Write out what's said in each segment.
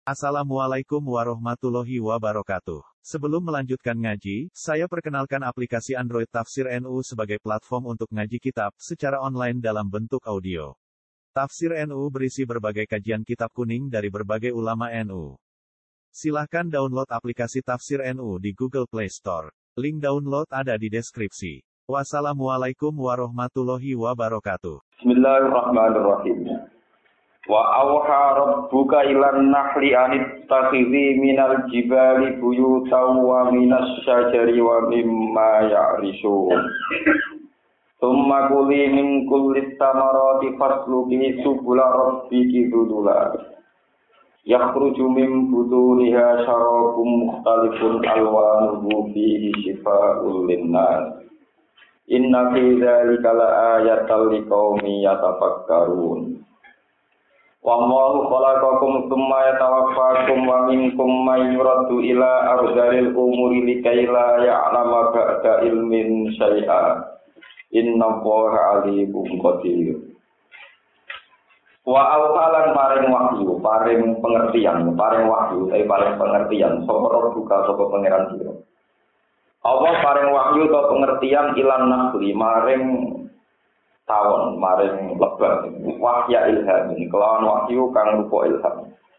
Assalamualaikum warahmatullahi wabarakatuh. Sebelum melanjutkan ngaji, saya perkenalkan aplikasi Android Tafsir NU sebagai platform untuk ngaji kitab secara online dalam bentuk audio. Tafsir NU berisi berbagai kajian kitab kuning dari berbagai ulama NU. Silahkan download aplikasi Tafsir NU di Google Play Store. Link download ada di deskripsi. Wassalamualaikum warahmatullahi wabarakatuh. Bismillahirrahmanirrahim. Wa awha rabbuka ilan nahli anittakhidhi minal jibali buyutan wa minas syajari wa mimma ya'rishun. Thumma kuli min kulli thamarati fasluki subula rabbiki dzulula. Yakhruju min butuniha syarabun mukhtalifun alwanuhu fihi shifaa'un linnas. Inna fi dzalika la'ayatan liqaumin yatafakkarun. Wa Allahu khalaqakum tsumma yatawaffakum wa minkum may yuraddu ila ardhil umuri likay la ya'lama ba'da ilmin syai'a. Innallaha 'alimun qadir. Wa awalan paring wahyu, paring pengertian sapa buka sapa pangeran sira. Allah paring wahyu atau pengertian ilan nakhli maring tawon maring lebar wahya ilhamin kelawan wahyu kang rupa ilham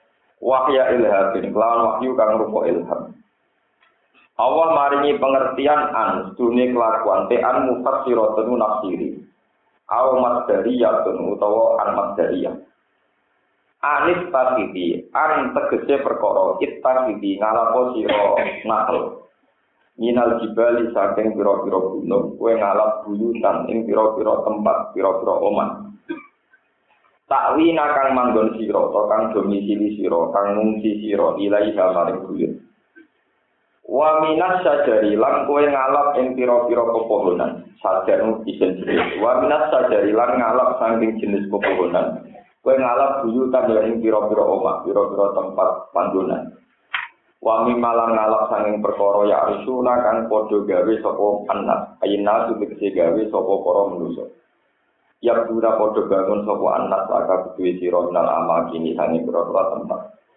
Allah maringi pengertian an dunia kelakuan te'an mufassiratun nafsiri au masdariyatun utawa an masdariyah anis tasidi an tegese perkara ittasidi ngalapo sira nakal minal jibali saking pira-pira gunung kowe ngalap buyutan ing pira-pira tempat pira-pira omah takwi nakang manggon sira utawa kang domisili sira kang ngungsi sira ilaiha maring buyut wa minas sajari lan kowe ngalap ing pira-pira pepohonan sajar isin jenis wa minas sajari lan ngalap saking jenis pepohonan kowe ngalap buyutan ing pira-pira omah pira-pira tempat panggonan wa mimalang ngalap sanging perkara ya arsuna kang padha gawe sapa anak ayina tegese gawe sapa para manusa ya pura padha bangun sapa anak laka kuwi sira nal amakini sanging pira-pira tempat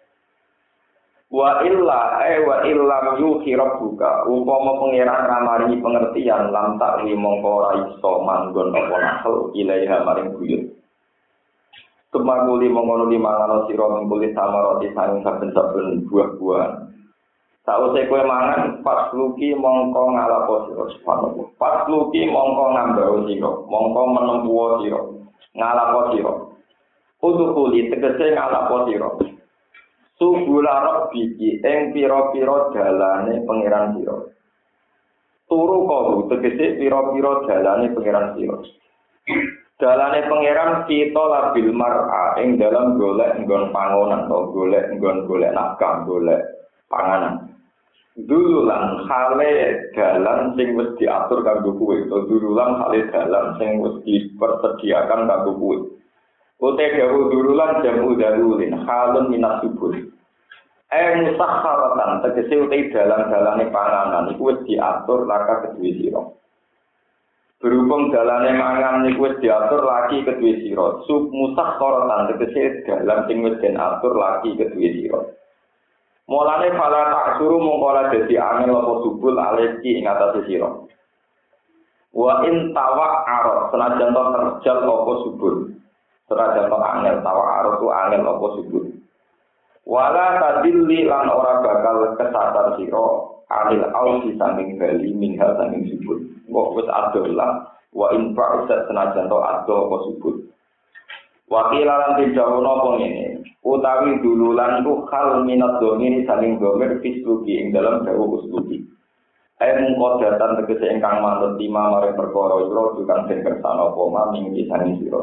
wa illam yuhi rabbuka umpama pangeran ramari pengertian lam takwi mongko ora iso manggon apa nakal ilaiha maring buyut kemanguli mongko limangano sira mengkuli samarati sanging saben-saben buah-buahan. Sausé kowe mangan pasluki mongko ngalapo sira subhanallah. Pasluki mongko ngambau sira, mongko menempuwa sira, ngalapo sira. Udukuli tegese ngalapo sira. Subula rabbiki ing pira-pira dalane pangeran sira. Turu kowe tegese pira-pira dalane pangeran sira. Dalane pangeran kita labil mar'a ing dalam golek nggon pangonan atau golek nafkah, golek panganan. Dululan hale dalan sing wis diatur kanggo kowe, to dululan hale dalan sing wis dipersediakan kanggo kowe. Utek dawuh dululan jamu dalulin halun minas subul. Musakharatan tegese utek dalan-dalane panganan iku wis diatur laka kedue sira. Berhubung dalane mangan niku wis diatur lagi kedue sira. Sub musakharatan tegese dalan sing wis diatur lagi kedue sira. Mulane fala tak suruh mongko dadi angel apa subul aleki ing atase sira. Wa in tawa'ar senajan to terjal apa subul. Senajan to angel tawa'ar tu angel apa subul. Wala tadilli lan ora bakal kesasar sira alil ausi sanging bali minha sanging subul. Kok wis adolah wa in fa'at senajan to ado apa subul. Wakilan dijawono apa ngene utawi dululan ku hal minat domini saling domer fisluki ing dalam dawu usluki mungko datan tegese ingkang manut lima mare perkara ira dukan den kersane apa maming isane sira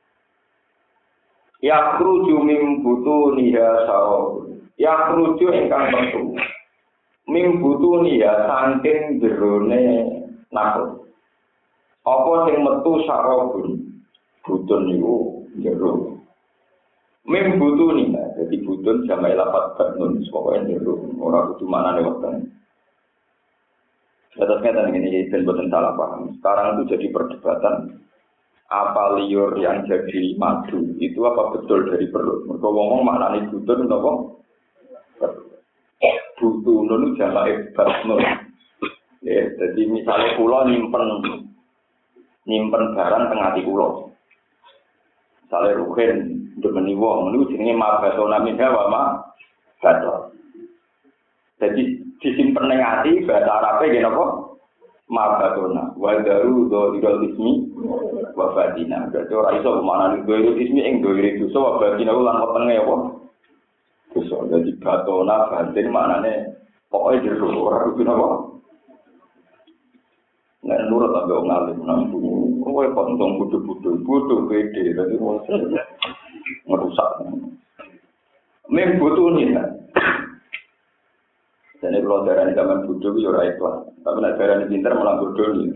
yakhruju mim butuniha sarab yakhruju ingkang metu mim butuniha saking jerone nakul apa sing metu sarabun butun niku jero mim butuni jadi butun sampai lapat batun pokoknya jero ora kudu manane wekten Atasnya ini dan bukan salah paham. Sekarang itu jadi perdebatan apa liur yang jadi madu itu apa betul dari perut. Mereka ngomong maknanya butun apa? butuh nun jamae basnun. Ya, jadi misalnya kula nyimpen barang teng ati kula. Misale ruhen ndemeni wong niku jenenge mabatona minha wa ma bato. Jadi disimpen ning ati bahasa Arabe nggih napa? Mabatona wa daru do ismi wa fatina. Berarti ora iso manani do ismi ing do dosa wa fatina lan wetenge apa? Dosa. Jadi batona batin maknane pokoke jero ora kudu napa? Nek nurut ambek wong alim nang kowe kontong butuh gede dadi ngerusak. Men butuh nih. Jadi kalau darah zaman bodoh itu ora ikhlas, tapi nek darah pinter malah bodoh nih.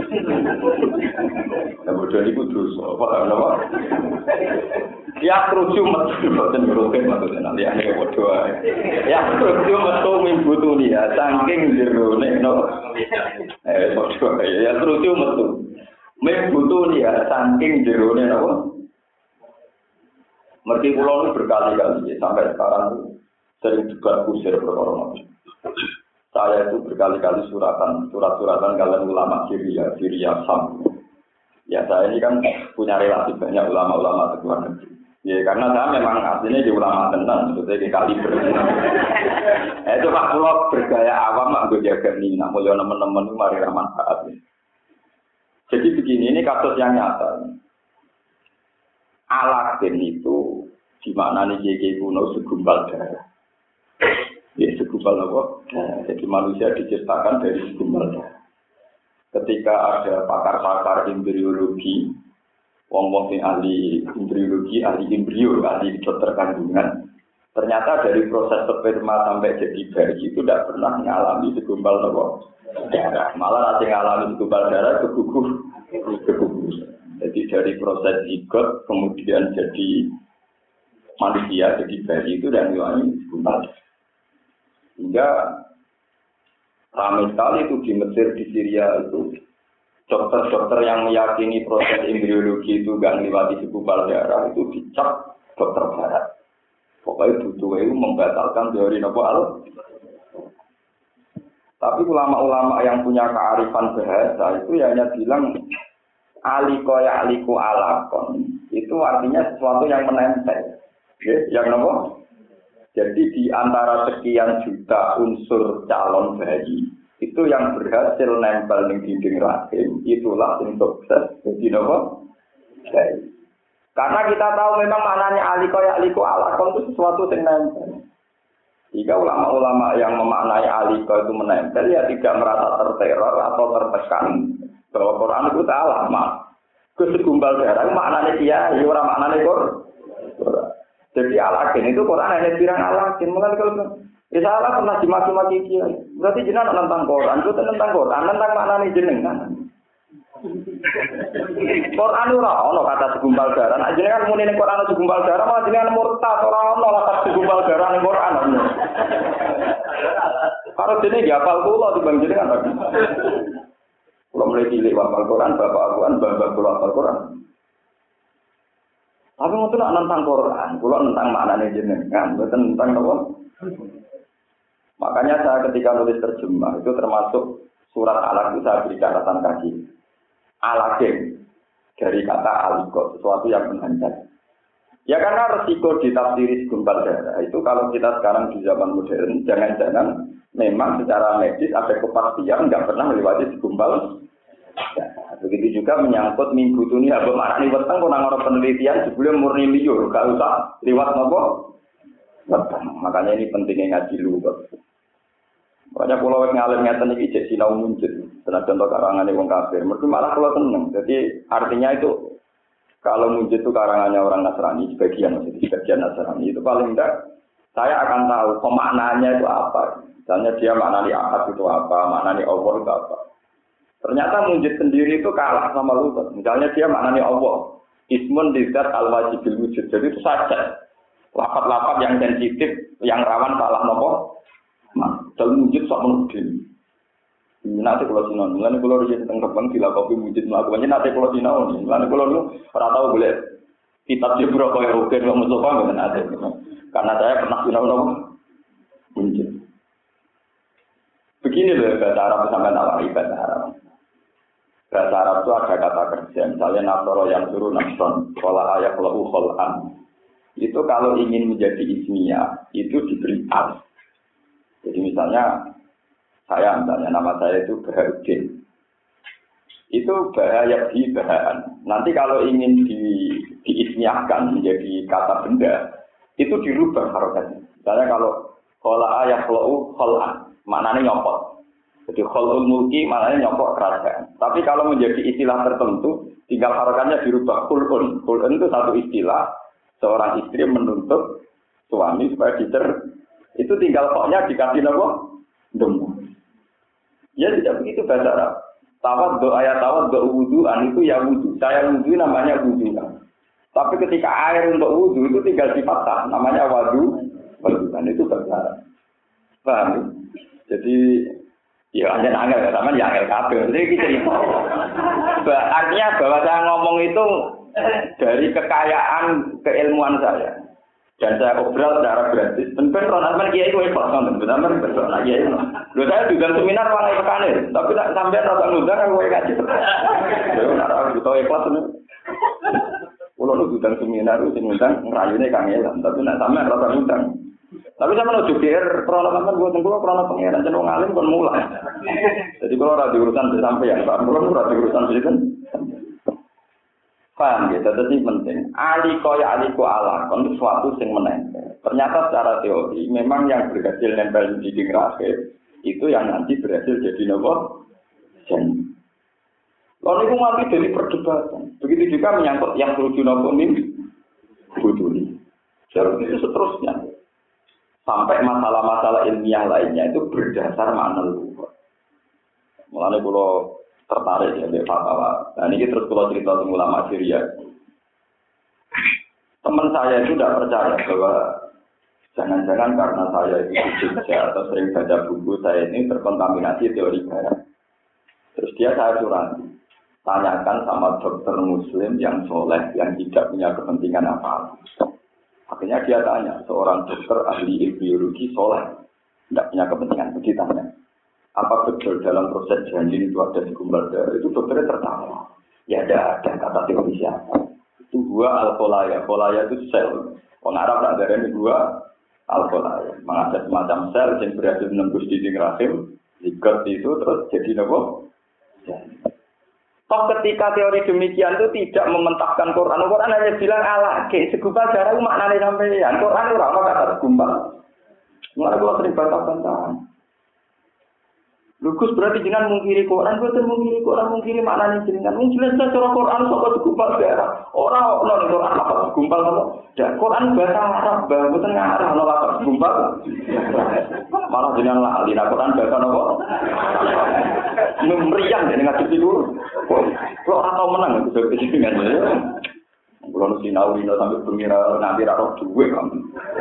Nah bodoh itu dosa, paham apa? Ya kerucu metu boten ngroken maksudnya nanti ane bodoh ae. Ya kerucu metu mimbutu nih ya, saking jerone no. Bodoh ya kerucu metu. Mimbutu nih ya, saking jerone no. Mergi kula berkali-kali sampai sekarang sering juga kusir perkara. Saya itu berkali-kali surat-suratan kalian ulama Syria Sam. Ya saya ini kan punya relasi banyak ulama-ulama di luar negeri. Ya karena saya memang aslinya di ulama tenan, sebetulnya di kaliber. Itu Pak Pulau bergaya awam, mak gue jaga nih, nak mulia teman-teman itu mari manfaat. Jadi begini, ini kasus yang nyata. Alatin itu di mana nih JG kuno segumpal darah. Ya segumpal apa? Jadi manusia diciptakan dari segumpal darah. Ketika ada pakar-pakar embriologi, wong-wong yang ahli embriologi, ahli embrio, ahli dokter kandungan, ternyata dari proses sperma sampai jadi bayi itu tidak pernah mengalami segumpal darah. Malah nanti mengalami segumpal darah keguguran. Jadi dari proses zigot kemudian jadi manusia, jadi bayi itu dan mengalami segumpal darah. Hingga ramai sekali itu di Mesir, di Syria itu dokter-dokter yang meyakini proses embriologi itu nggak melewati segumpal darah itu dicap dokter barat. Pokoknya butuh itu membatalkan teori nopo. Tapi ulama-ulama yang punya kearifan bahasa itu hanya bilang aliko ya aliko alakon itu artinya sesuatu yang menempel, yang nopo. Jadi di antara sekian juta unsur calon bayi itu yang berhasil nempel di dinding rahim itulah yang sukses jadi apa? Bayi. Karena kita tahu memang maknanya aliko alakon itu sesuatu yang nempel. Jika ulama-ulama yang memaknai aliko itu menempel ya tidak merasa terteror atau tertekan bahwa Quran itu salah, kesegumpal darah maknanya dia, orang maknanya Quran. Jadi alakin itu Quran hanya bilang alakin. Mungkin kalau salah pernah dimaki-maki dia. Berarti jenengan tentang Quran, itu tentang Quran, tentang maknanya jenengan. Quran ora ono kata segumpal darah. Nek jenengan muni ning Quran segumpal darah, malah jenengan murtad ora ono kata segumpal darah ning Quran. Kalau dene ya hafal kula dibanding jenengan lagi. Kula mulai cilik hafal Quran, bapak akuan bapak kula hafal Quran. Tapi mau tuh tentang Quran, kalau tentang maknanya jenengan, bukan tentang apa. Makanya saya ketika nulis terjemah itu termasuk surat alaq itu saya beri catatan kaki. Alakin dari kata alikot, sesuatu yang menghantar. Ya karena resiko ditafsiri segumpal darah itu kalau kita sekarang di zaman modern, jangan-jangan memang secara medis ada kepastian nggak pernah melewati segumpal. Ya, begitu juga menyangkut minggu dunia bermakna weteng kok nang ora penelitian sebelum murni liur gak usah liwat nopo weteng. Makanya ini pentingnya ngaji dulu kok. Makanya kula wis ngalim ngeten iki jek sinau muncul tenaga contoh karangane wong kafir. Mergo malah kula seneng. Jadi artinya itu kalau muncul itu karangannya orang Nasrani sebagian Nasrani itu paling enggak saya akan tahu pemaknaannya itu apa. Misalnya dia maknani ahad itu apa, maknani Allah itu apa. Ternyata munjid sendiri itu kalah sama lugat. Misalnya dia maknanya Allah. Ismun dizat al-wajibil wujud. Jadi itu saja. Lapat-lapat yang sensitif, yang rawan salah nopo. Jadi munjid sok menudin. Nanti kalau sinon. Nanti kalau dia sedang terbang, gila kopi munjid melakukannya. Nanti kalau sinon. Nanti kalau lu pernah tahu boleh kitab Jibril kaya Rugen, kaya Mustafa, nggak nanti. Karena saya pernah sinon munjid. begini loh bahasa Arab sampai tawari bahasa Arab. Bahasa Arab itu ada kata kerja, misalnya nasoro yang suruh nason, sekolah ayat lahu kholan. Itu kalau ingin menjadi ismiyah, itu diberi al. Jadi misalnya nama saya itu Baharudin. Itu bahaya di bahaan. Nanti kalau ingin diismiyahkan menjadi kata benda, itu dirubah harokatnya. Misalnya kalau khola ayat lahu kholan, maknanya nyopot. Jadi kholul mulki maknanya nyopot kerajaan. Tapi kalau menjadi istilah tertentu, tinggal harokatnya dirubah. Khul'un. Khul'un itu satu istilah. Seorang istri menuntut suami supaya itu tinggal koknya dikasih apa? Demu. Ya tidak begitu bahasa Arab. Tawad do wudu'an itu ya wudu. Saya wudu namanya wudu'an. Tapi ketika air untuk wudu itu tinggal dipatah. Namanya wudu'an itu bahasa Arab. Paham? Jadi ya angel sama ya angel kabeh. Jadi gitu. Artinya bahwa saya ngomong itu dari kekayaan keilmuan saya dan saya obrol secara gratis. Tentu teman-teman kiai itu hebat kan, teman-teman berdoa kiai. Lho saya juga seminar malah pekane, tapi tak sampean rasa ngundang aku ngaji. Lho ora butuh ikhlas ini. Kulo nu ngundang seminar itu ngundang ngrayune Kang Elan, tapi nek sampean rasa ngundang. Tapi sama lo juga krono kan buat tengku krono pengiran cenderung alim kon mulai. Jadi kalau ora diurusan sampean, kalau ora diurusan sinten. Paham ya, jadi penting. Aliko alakon itu suatu yang menempel. Ternyata secara teori, memang yang berhasil nempel di dinding rahim, itu yang nanti berhasil jadi nopo. Lalu itu mati dari perdebatan. Begitu juga menyangkut yang tujuh nopo mimpi. Buduli. Jadi itu seterusnya. Sampai masalah-masalah ilmiah lainnya itu berdasar makna luhur. Mulanya kalau tertarik ya di fatwa. Nah ini terus kalau cerita tentang ulama Syria. Teman saya itu tidak percaya bahwa jangan-jangan karena saya itu Jogja atau sering baca buku saya ini terkontaminasi teori barat. Terus saya curang, tanyakan sama dokter muslim yang soleh yang tidak punya kepentingan apa. Akhirnya dia tanya seorang dokter ahli biologi soleh tidak punya kepentingan. Begitu tanya. Apa betul dalam proses janin itu ada segumpal darah? Itu dokternya tertawa. Ya ada kata teori siapa? Itu gua al-kolaya. Kolaya itu sel. Orang Arab tak ada ini gua al-kolaya. Mengada semacam sel yang berhasil menembus dinding rahim. Zigot itu terus jadi apa? Toh ketika teori demikian itu tidak mementahkan Quran. Quran hanya bilang ala ke segumpal darah itu maknanya sampeyan. Quran itu apa kata segumpal? Mulai gua sering bantah-bantahan. Lugus berarti jenengan mungkiri Quran, boten mungkiri Quran, mungkiri maknane jenengan. Wong jelas cara Quran saka segumpal daerah. Ora ono ning Quran apa segumpal apa. Dan Quran bahasa Arab, boten ngarah ono apa segumpal. Malah jenengan lali Quran bahasa napa? Meriang nek ngaji dulu. Kok ora tau menang itu jenengan. Kulo sinau dino sampai pengira nanti ra roh duwe kan.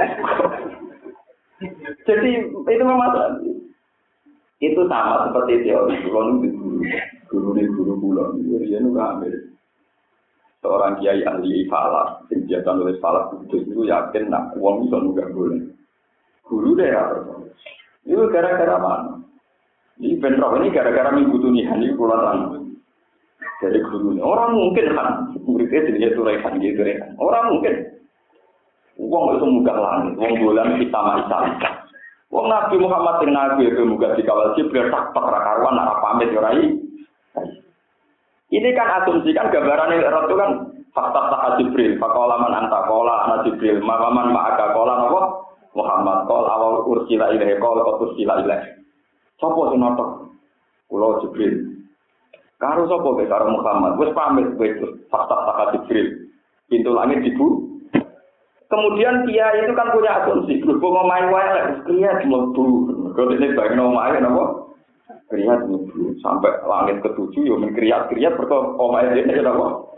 Jadi itu memang itu sama seperti teori guru pulau dia juga ambil seorang kiai ahli falak yang biasa nulis falak kudus itu yakin nak uang bisa nggak boleh guru deh itu gara-gara mana ini bentrok ini gara-gara minggu tunihan ini pulang dari gurunya orang mungkin kan muridnya jadi turekan gitu kan orang mungkin uang itu muka langit uang bulan kita maisal. Wong Nabi Muhammad sing nabi itu muga dikawal Jibril tak karuan nak pamit yo rai. Ini kan asumsi kan gambaran itu kan fakta tak Jibril, faqala man anta qala ana Jibril, makaman ma'aka qala napa Muhammad qala awal ursila ilahi qala ursila ilahi. Sopo sing notok? Kula Jibril. Karo sapa karo Muhammad? Wis pamit wis fakta tak Jibril. Pintu langit dibu. Kemudian dia itu kan punya asumsi, berhubung ngomai wae kriya mlebu. Kalau ini bagian ngomai napa? Kriya mlebu sampai langit ketujuh yo men kriya-kriya perkara omahe dene napa?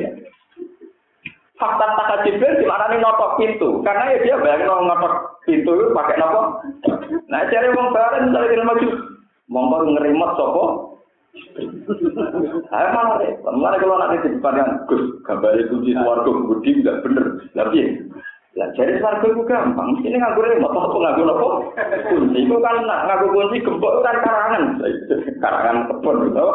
Fakta tak Jibril dimaknani notok pintu, karena ya dia bayangno notok pintu itu pakai napa? Nah, cari wong bareng misalnya maju. Monggo ngerimot sapa? Saya malah kalau nanti di depan Gus gambar kunci swarga budi tidak bener. Tapi lah jadi swarga itu gampang. Ini nganggur remote apa nganggur apa? kunci. Itu kan ngaku kunci gembok kan karangan kebon gitu.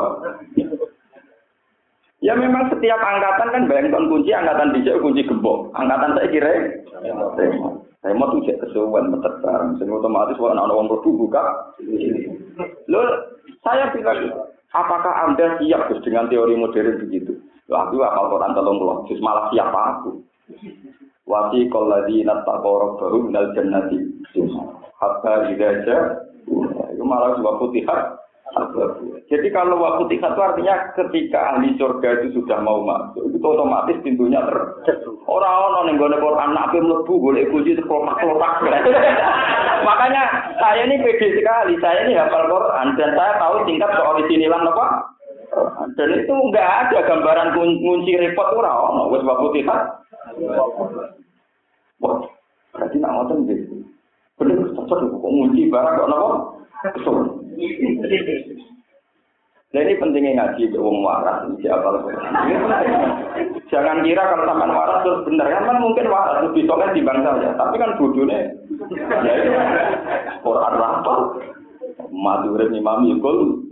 Ya memang setiap angkatan kan bayangkan kunci, angkatan dijak kunci gembok. Angkatan saya kira saya mau tuh cek kesuwen meter bareng. Sehingga otomatis kalau anak orang berdua buka. Loh, saya bilang, apakah Anda siap dengan teori modern begitu? Loh, aku apal Quran 30, terus malah siapa aku? Wati qalladina taqaw rabbahum minal jannati. Hatta idza itu malah juga putihat. Jadi kalau waktu tiga itu artinya ketika ahli surga itu sudah mau masuk, itu otomatis pintunya orang-orang yang gak ada Quran, nabi melebu, boleh kunci terkelopak-kelopak. Makanya saya ini pede sekali, saya ini hafal Quran dan saya tahu tingkat keorisinilian apa. Dan itu nggak ada gambaran kunci repot orang, wes waktu tiga. Wah, berarti nak ngoten gitu. Bener cocok kok kunci barang kok napa? Betul. Nah ini pentingnya ngaji wong waras siapa lagi. Jangan kira kalau sampean waras terus benar kan mungkin waras lebih soleh di bangsa ya. Tapi kan bodohnya ya itu Quran rapal madure imam yukul.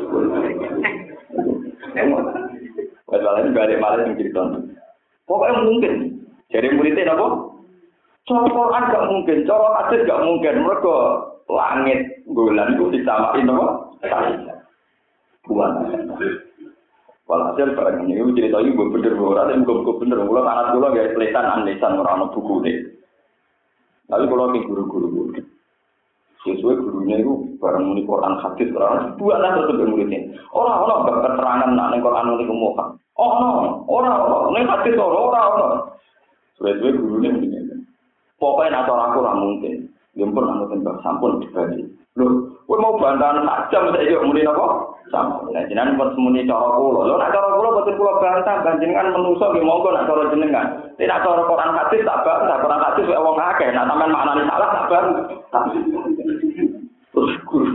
Padahal balik malah yang cerita. Pokoknya mungkin. Jadi muridnya apa? Cara Quran gak mungkin, cara hadis gak mungkin. Mereka langit bulan itu disamain apa? Bulan. Walhasil barang ini cerita ini bener orang yang bener. Kalau anak kula gak lesan orang buku deh. Tapi kalau ke guru-guru, sesuai gurunya itu barang muni Quran hadis orang dua lah terus muridnya. Orang keterangan nak ning Quran muni kemukan. Orang ning hadis orang. Sesuai gurunya begini. Pokoknya nak aku lah mungkin. Yang pernah nonton sampun dibagi. Loh, kowe mau bantahan sak jam saiki muni napa? Sampun. Lah jenengan pun muni cara kula. Lho nek cara kula boten kula bantah, panjenengan menungso nggih monggo nek cara jenengan. Nek cara Quran hadis tak bantah, Quran hadis wae wong akeh. Nek sampean maknane salah tak bantah. Terus guru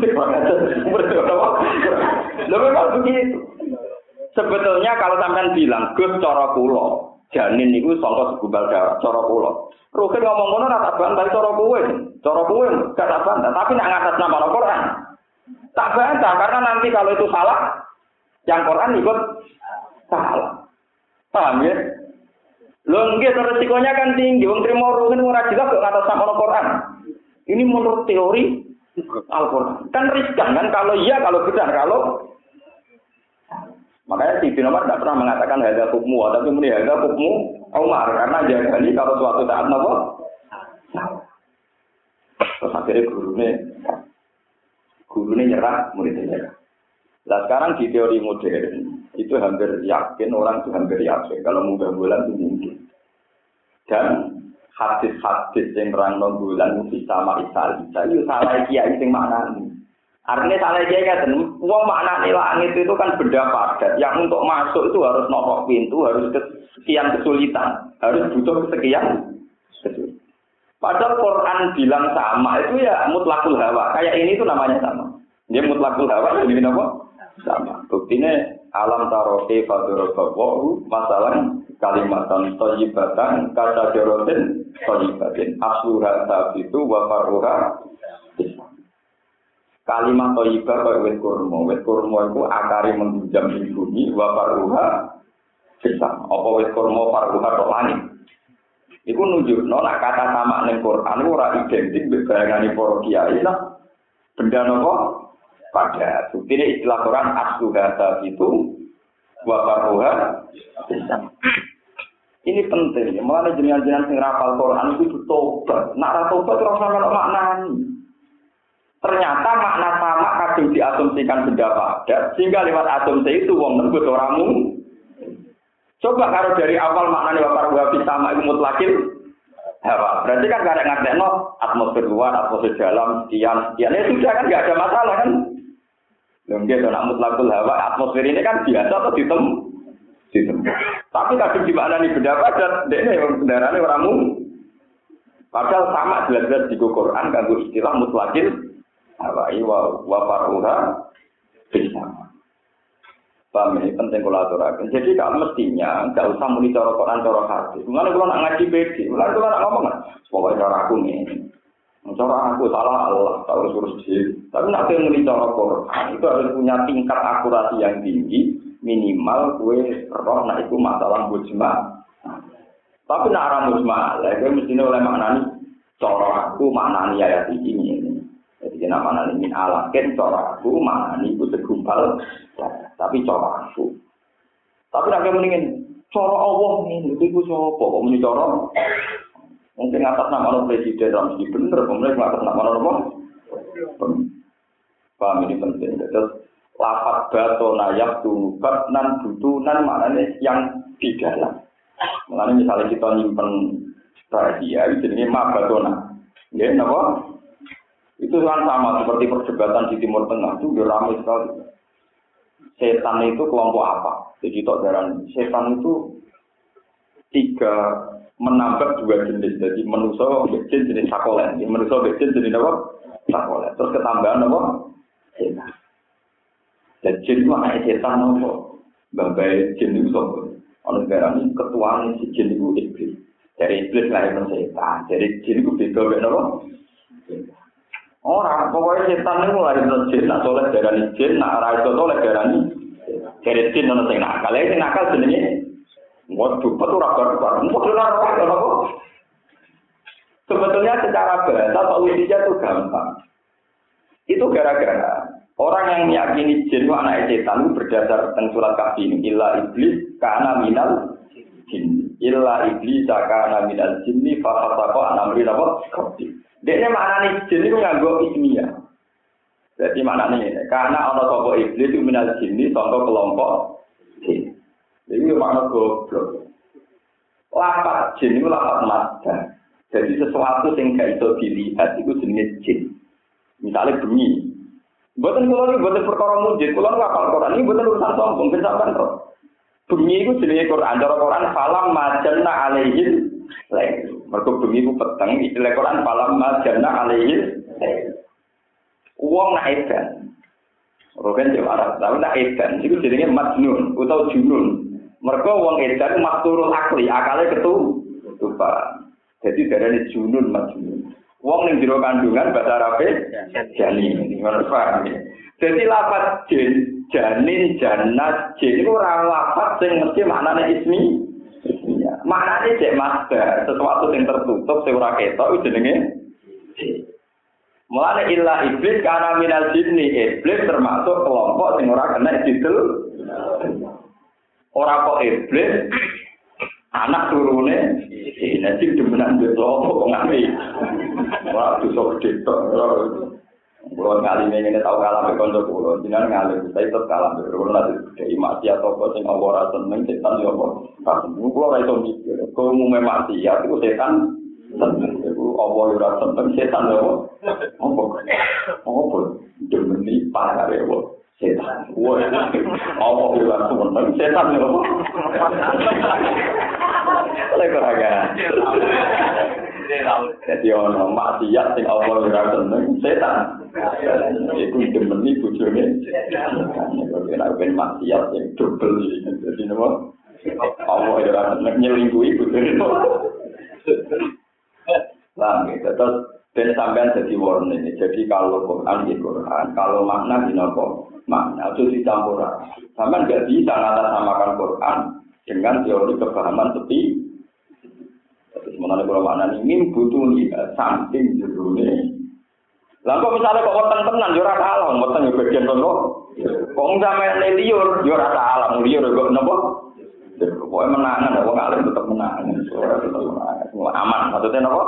Lho memang begitu. Sebetulnya kalau sampean bilang Gus cara kula janin niku saka segumpal darah cara kula. Roke ngomong ngono ora tak bantah cara kowe gak tak bantah, tapi nek ngatas nama Al-Qur'an tak bantah karena nanti kalau itu salah yang Quran ikut salah. Paham ya? Lho nggih resikonya kan tinggi, wong trimo roke ora jelas kok ngatas nama Al-Qur'an. Ini menurut teori Al-Qur'an. Kan riskan kan kalau iya kalau benar kalau makanya si Umar tidak pernah mengatakan hadza hukmu, tapi muni hadza hukmu Umar karena jadi kalau suatu saat napa. Terus akhirnya gurunya nyerah, muridnya nyerah. Nah sekarang di teori modern itu hampir yakin orang itu hampir yakin kalau munggah bulan itu mungkin. Dan hadis-hadis yang nerangno bulan itu sama Isa itu salah kiai sing maknani. Artinya salah kiai kan, wong maknane langit itu kan benda padat yang untuk masuk itu harus nopok pintu, harus sekian kesulitan, harus butuh sekian kesulitan. Padahal Quran bilang sama itu ya mutlakul hawa. Kayak ini itu namanya sama. Dia mutlakul hawa ini apa? Sama. Buktinya alam tarofi fadorofawu masalah kalimatan thayyibatan kata jorotin thayyibatin asluha sabitu wa faruha. Kalimat thayyibah kaya wit kurma itu akare menjam di bumi wa faruha bisa. Apa wit kurma faruha tok langit. Iku nunjukno nek kata sama ning Quran ora identik bayangane para kiai lah. Benda napa? Pada bukti istilah Quran asluha itu wa faruha bisa. Ini penting. Mulane jenengan-jenengan sing rapal Quran itu tobat. Nek ora tobat ora sampe maknani. Ternyata makna sama kadang diasumsikan benda padat sehingga lewat asumsi itu wong nebut ora mung. Coba kalau dari awal maknanya wafar wafi sama itu mutlakin hawa. Berarti kan gak ada ngadekno atmosfer luar, atmosfer dalam, sekian. Ya sudah kan gak ada masalah kan. Mungkin kalau mutlakul hawa, atmosfer ini kan biasa atau ditem. Tapi kadang dimaknani benda padat, ini yang kendaraannya orang mung. Padahal sama jelas-jelas di Quran kan istilah mutlakin hawa wafaruha bisa. Paham ini penting kalau aturakan. Jadi kalau mestinya nggak usah muni cara Quran cara hadis. Mulane kalau nak ngaji beda, mulane kalau nak ngomong pokoknya cara aku ini. Cara aku salah Allah, tak urus diri. Tapi nak ngeli cara Quran itu harus punya tingkat akurasi yang tinggi, minimal kue roh nak itu masalah mujma. Tapi nak arah mujma, lagi mestinya oleh maknani cara aku maknani ayat ini. Jadi nama maknani min alaken cara aku maknani itu segumpal. Tapi cara aku. Tapi nak mendingin cara Allah ini itu siapa? Kok muni cara? Mungkin atas nama presiden Ramzi bener, kemudian atas nama apa? Paham ini penting. Terus lafaz batona yaktubat nan butunan maknanya yang di dalam. Maknanya misalnya kita nyimpen rahasia, itu jadi ma batona. Ya, apa? Itu kan sama seperti perdebatan di Timur Tengah itu ramai sekali. Setan itu kelompok apa? Jadi tok daran setan itu 3 menambah 2 jenis. Jadi manusia jin jenis sakolen, manusia jin jenis apa? Sakolen. Terus ketambahan apa? Setan. Dan jin itu anak setan apa? Babai jin itu apa? Oleh karena ini ketuaan si jin itu iblis. Dari iblis lahir setan. Dari jin itu beda apa? Orang pokoknya setan itu lahir jin. Nak soleh darani jin, nak rai soleh darani dari jin nono sing nakal. Ini nakal jenenge waduh, betul raga-raga. Sebetulnya secara bahasa solusinya itu gampang. Itu gara-gara orang yang meyakini jin itu anak setan itu berdasar tentang surat Kahfi ini. Illa iblis kana minal jin. Illa iblis kana minal jinni fafasaqa an amri rabbi. Dene maknane jin itu nganggo ismiyah. Jadi maknane karena ana sapa iblis itu minal jinni sangka kelompok jin. Ini makna goblok. Lafaz jin itu lafaz maddah. Jadi sesuatu yang gak bisa dilihat itu jenis jin. Misalnya bunyi. Buatan kulon ini buatan perkara mujid. Kulon ngapal Quran ini buatan urusan sombong. Bersamaan kok. Bunyi itu jenis Quran. Cara Quran falam majanna alaihil lain. Mereka bunyi itu peteng. Istilah Quran falam majanna alaihil lain. Uang nak edan. Rogen jauh Arab. Tapi nak edan. Itu jenisnya majnun atau junun. Mereka wong edan makturul akli, akalnya ketupat. Jadi darahnya junun majnun. Wong ning jero kandungan bahasa Arabe janin. Ngono paham ya. Jadi lafaz jin, janin, jannah, jin itu ora lafaz sing mesti maknane ismi. Ya, maknane cek masdar, sesuatu yang tertutup sing ora ketok itu jenenge jin. Mulane illa iblis kana minal jinni, iblis termasuk kelompok sing ora kena jidul. Orang kok iblis, anak turune, nanti demenan betul kok ngali. Wah, tu sok detok. Kalau ngali ini tahu kalah berkontrol pulau, jangan ngali. Saya tetap kalah berkontrol nanti dari mati atau kau sing awal seneng setan ya kok. Kamu kalau itu mikir, kau mau mati ya itu setan. Itu awal ora seneng setan ya kok. Apa? Demeni parah ya kok. Setan. Wah, apa bilang sebentar setan ya? Lekaraga. Jadi orang maksiat sing Allah ora seneng setan. Iku demeni bojone. Nek ben maksiat sing dobel iki. Jadi napa? Allah ora seneng nyelingkuhi bojone. Lah gitu. Terus ben sampean jadi warning. Jadi kalau Quran di Quran, kalau makna di nopo? Makna itu dicampur. Sampean enggak bisa ngatasnamakan Quran dengan teori kepahaman tepi. Terus mengenai kalau makna ini butuh samping jerune. Lah kok misalnya kok wonten tenan yo ora salah, wonten yo bagian tono. Kok sampean liur yo ora salah, liur kok napa? Pokoke menangan wong alim tetep menangan. Ora tetep menangan. Aman maksudnya napa?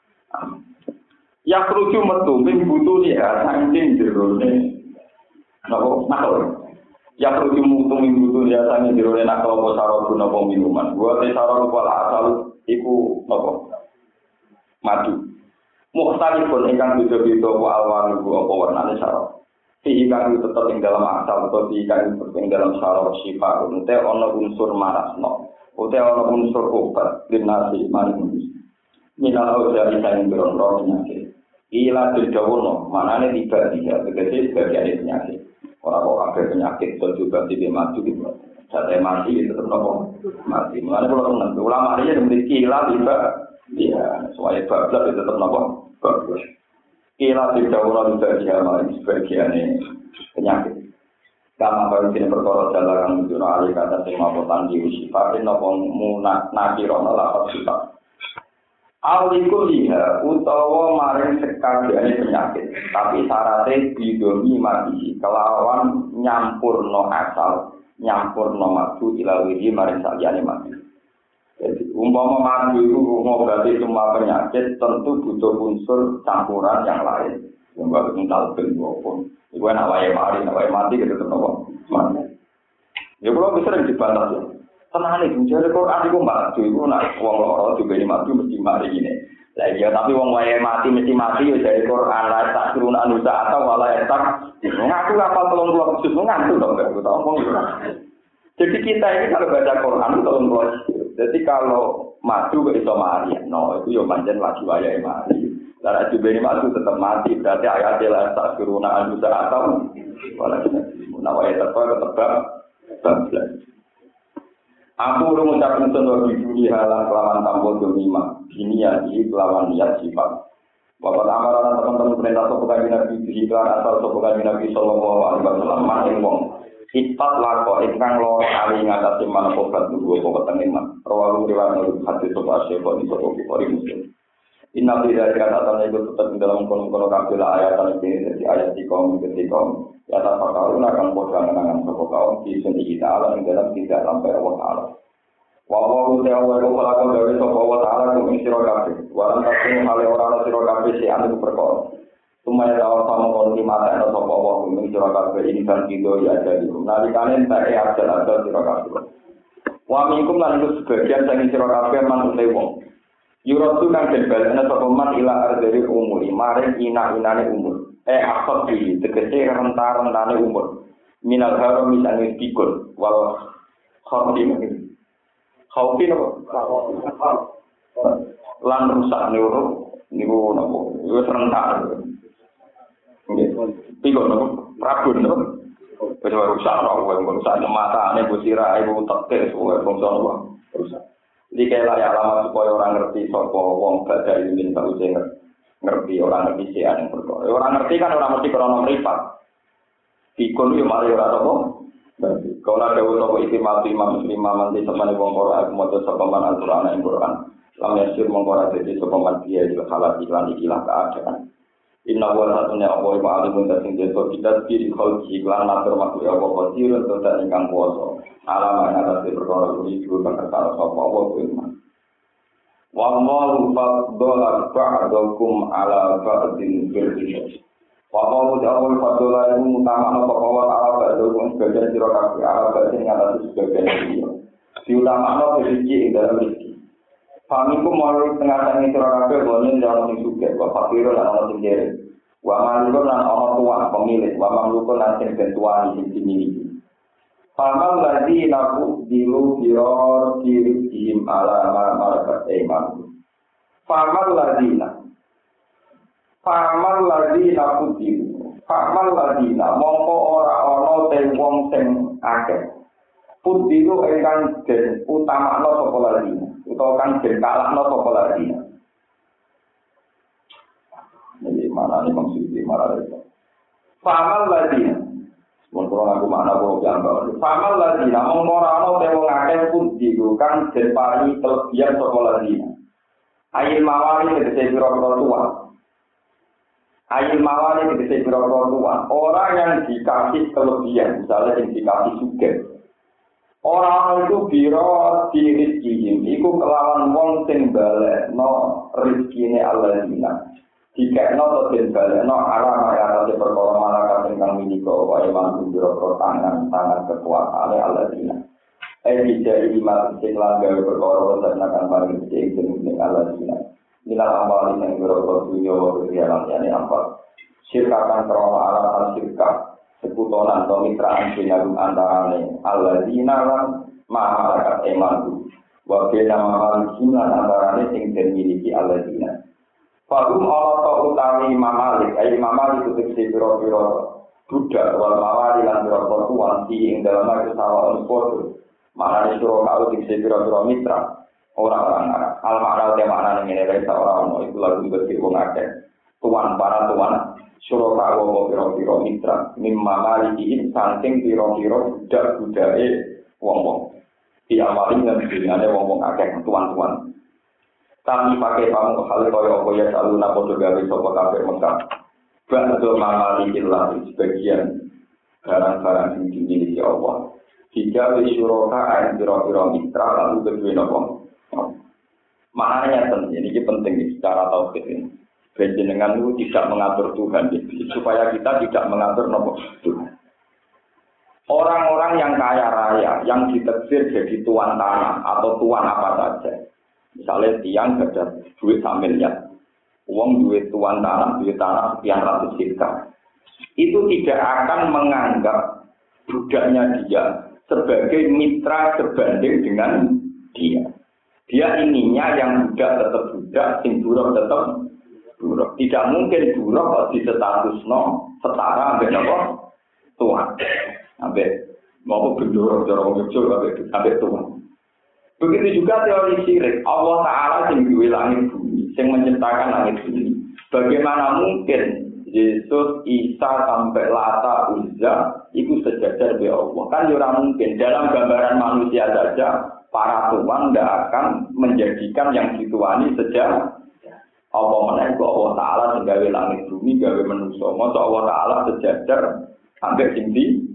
Ya kerucu metu ming butuh ya samping jerune. Napa nakal? Ya perlu mutu minggu biasanya di luar nakal apa sarap guna minuman. Gua te sarap kepala asal iku napa? Madu. Mukhtalifun ingkang beda-beda apa alwan apa warnane sarap. Ingkang tetep ing dalam asal atau ingkang ing dalam sarap sifat ute ana unsur marasno. Ute ana unsur obat dinasi maring. Minal dari saing berondong penyakit. Ila didawono, manane tiba tegese bagian penyakit. Orang kok kabeh penyakit itu juga tidak mati gitu. Jatah mati itu tetap nopo mati. Mulane kula ulama ini memiliki ilah tiba. Iya, soalnya bablas itu tetap nopo bagus. Kila didawuh sebagiane penyakit. Kama kaya dene perkara dalan kang nunjukno ali kata sing mapotan di sifatin napa munak nakirono lapat sifat. Alikul liha utawa maring sekabehane penyakit, tapi syaratnya bidomi mati kelawan nyampurno asal, nyampurno madu ilawihi maring saliyane mati. Jadi umpama madu itu ngobati semua penyakit tentu butuh unsur campuran yang lain. Yang baru mental bentukpun. Iku enak wae mati gitu nopo. Mati. Ya kalau bisa dibantah ya. Tenang nih, jadi Quran itu mati itu nak wong loro juga ini mati mesti mati gini. Lah iya tapi wong wae mati mesti mati ya dari Quran lah tak turun anusa atau wala tak. Ngaku apa 30 juz ngantuk dong enggak tahu ngomong. Jadi kita ini kalau baca Quran itu 30. Jadi kalau mati kok iso mati. No, itu yo pancen lagi wae mati. Karena juga ini masuk tetap mati, berarti ayat jelas tak suruna anusa atau wala nawai tetap bablas. Aku urung ngucapin sendok di dunia halang kelawan tampil domima, ini ya di kelawan niat sifat. Bapak amaran teman-teman perintah sopokan Nabi di iklan asal sopokan Nabi Sallallahu Alaihi Wasallam maning wong. Sifat lako ingkang loro kali ngatasi mana pobat dulu pobat tengiman. Rawalu riwayat hadis sopo asyik di sopo Bukhari Muslim. Inna tidak dikatakan itu tetap dalam kono-kono kafilah ayat ini dari ayat tikom ketikom ya tak pakarun akan podangan sopo kaum di sini kita alam dalam tidak sampai Allah Taala. Wawahu teawalu falakon dari sopo Allah Taala kum isiro kafir. Walam tasing hale orang isiro kafir si anu perkara. Sumaya tawar sama kono mata ada sopo Allah kum isiro kafir ini kan kido ya jadi. Nalikanen tak ada siro kafir. Wa minkum lan itu sebagian sang isiro kafir man utewong. Yurotu kang den-balena sapa man ila ardari umuri maring ina-inane umur. Akhot iki tegese rentar-rentane umur. Minal haram misane pikul wal khatim. Khaufin lan rusak neuro niku napa? Wis rentar. Nggih. Pikul napa? Rabun napa? Wis rusak rusak matane busira ibu tekes wae bangsa napa? Rusak. Jadi kayak alamat supaya orang ngerti sopo wong baca ilmu tahu saya ngerti orang ngerti siapa yang berdoa. Orang ngerti kan orang ngerti krono meripat. Pikul yo mari ora sopo. Kalau ada sopo istimewa imam nanti sampai wong ora moto sopo man Al-Qur'an ing Qur'an. Lamnya sir mong ora dadi sopo man dia juga salah iklan ikilah keadaan. Inna wa satunya Allah wa alimun dasing jeso kita diri kholki iklan matur makhluk Allah khadir untuk tak ingkang kuasa alam yang atas perkara ini juga berkata sopa Allah firman wallahu faddola ba'dakum ala ba'din birrijal wallahu ta'ala faddola itu utama sopa Allah ala ba'dakum sebagian sirokasi ala ba'din yang atas sebagian dia diutama berrizki dalam rizki Famiku melalui tengah-tengah sirokasi boleh dalam suge wa fakirun dan Allah sendiri wa malikun dan Allah tuan pemilik wa mamlukun dan singkentuan yang dimiliki Famal lagi naku dilu biror dirihim ala malakat iman. Famal lagi naku dilu. Famal lagi mongko ora ono te wong sing akeh. Pudilu ingkang den utamakno sapa lagi. Utawa kang den kalahno sapa lagi. Jadi mana nih maksudnya marah itu. Famal lagi Mengkurang aku makna kalau gambar. Sama lagi, namun morano tewo ngakeh pun digo kan den paringi kelebihan saka lagi. Ail mawali tegese pira-pira tuan. Ail mawali tegese pira-pira tuan. Orang yang dikasih kelebihan, misalnya yang dikasih sugih. Orang itu biro di rizkihim, iku kelawan wong sing balekno rizkine alladzina. Jika no terjadi balik no alam ayat atas perkara malaikat ingkang minika wae mantu biro tangan kekuasaan alladzina. Jadi iman sing langgar perkara tenakan paling sing ning alladzina. Nilai amal sing biro dunya berjalan yani apa? Sirkakan krono alasan sirka sekutonan atau mitraan sinagum antarane alladzina lan malaikat iman. Wa bena malaikat antarane sing dimiliki alladzina. Fahum Allah ta'u utawi Imam Malik, Imam Malik itu tegesi biro-biro budak, wal mawari lan biro-biro tuan, di yang dalam lagi sawa unfoto, maknanya suruh kau tegesi biro-biro mitra, orang-orang Arab. Al-makna udah makna ini, resa orang-orang itu lagu berkibung akeh. tuan para tuan suraka wa pira-pira mitra mimma malikin saking pira-pira budak-budake wong-wong diamali nang dunyane wong-wong akeh tuan-tuan kami pakai pamu hal kaya apa ya saluna padha gawe sapa kabeh Mekah ba'da mamalikin lah sebagian barang-barang sing dimiliki Allah jika suraka ayat pira-pira mitra lalu kedue napa maknanya ini penting secara tauhid ini. Panjenengan itu tidak mengatur Tuhan, supaya kita tidak mengatur Tuhan. Orang-orang yang kaya raya, yang diteksir jadi tuan tanah atau tuan apa saja. Misalnya tiang ada duit samilnya, uang duit tuan tanah sekian ratus hektar. Itu tidak akan menganggap budaknya dia sebagai mitra sebanding dengan dia. Dia ininya yang budak tetap budak, sing buruh tetap buruh. Tidak mungkin buruh kalau di status setara sampai apa? Tuhan. Sampai mau bendoro dorong kecil sampai Tuhan. Begitu juga teori syirik. Allah Ta'ala yang duwe langit bumi, yang menciptakan langit bumi. Bagaimana mungkin Yesus, Isa sampai Lata, Uzza itu sejajar dengan Allah? Kan tidak mungkin. Dalam gambaran manusia saja para tuan tidak akan menjadikan yang dituani sejak Allah menaik Allah Ta'ala gawe langit bumi, gawe manusia. Masa Allah Ta'ala sejajar sampai tinggi.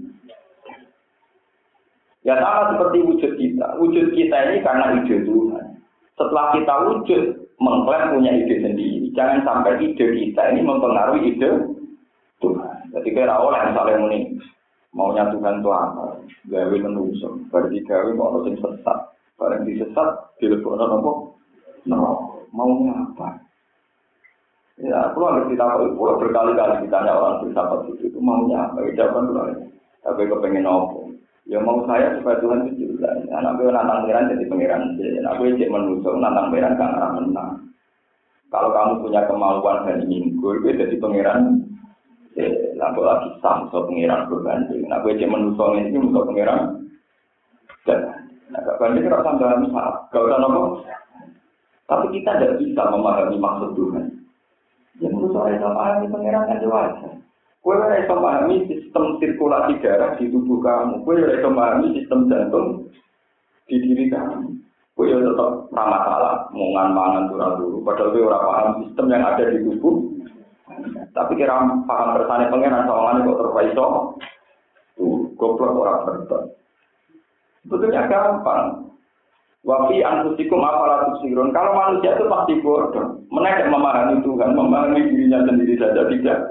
Ya sama seperti wujud kita. Wujud kita ini karena ide Tuhan. Setelah kita wujud, mengklaim punya ide sendiri. Jangan sampai ide kita ini mempengaruhi ide Tuhan. Jadi kira oleh misalnya ini. Maunya Tuhan itu apa? Gawe manusia. Berarti gawe mau orang sesat. Barang disesat, dilebokno apa? Maunya apa? Ya, aku ngerti tahu. Kalau berkali-kali ditanya orang bersahabat itu maunya apa? Jawaban dulu. Tapi kepengen apa? Ya mau saya supaya Tuhan itu juga. Anak gue nantang pangeran jadi pangeran. Anak gue cek manusia nantang pangeran kan arah menang. Kalau kamu punya kemauan dan ingin gue jadi pangeran. Lalu lagi sang so pangeran berbanding. Anak gue cek manusia ini musuh pangeran. Dan agak banding kalau sampai salah. Gak usah nopo. Tapi kita tidak bisa memahami maksud Tuhan. Ya menurut saya memahami pangeran kan wajar. Kue harus memahami sistem sirkulasi darah di tubuh kamu. Kue harus memahami sistem jantung di diri kamu. Kue tetap ramah salah, mangan turun. Padahal kue orang paham sistem yang ada di tubuh. Tapi kira paham kersane pangeran sawangan kok terpaiso. Tuh, goblok orang berton. Sebetulnya gampang. Wafi anfusikum apalah tusirun. Kalau manusia itu pasti bodoh. Mereka memahami Tuhan, memahami dirinya sendiri saja tidak.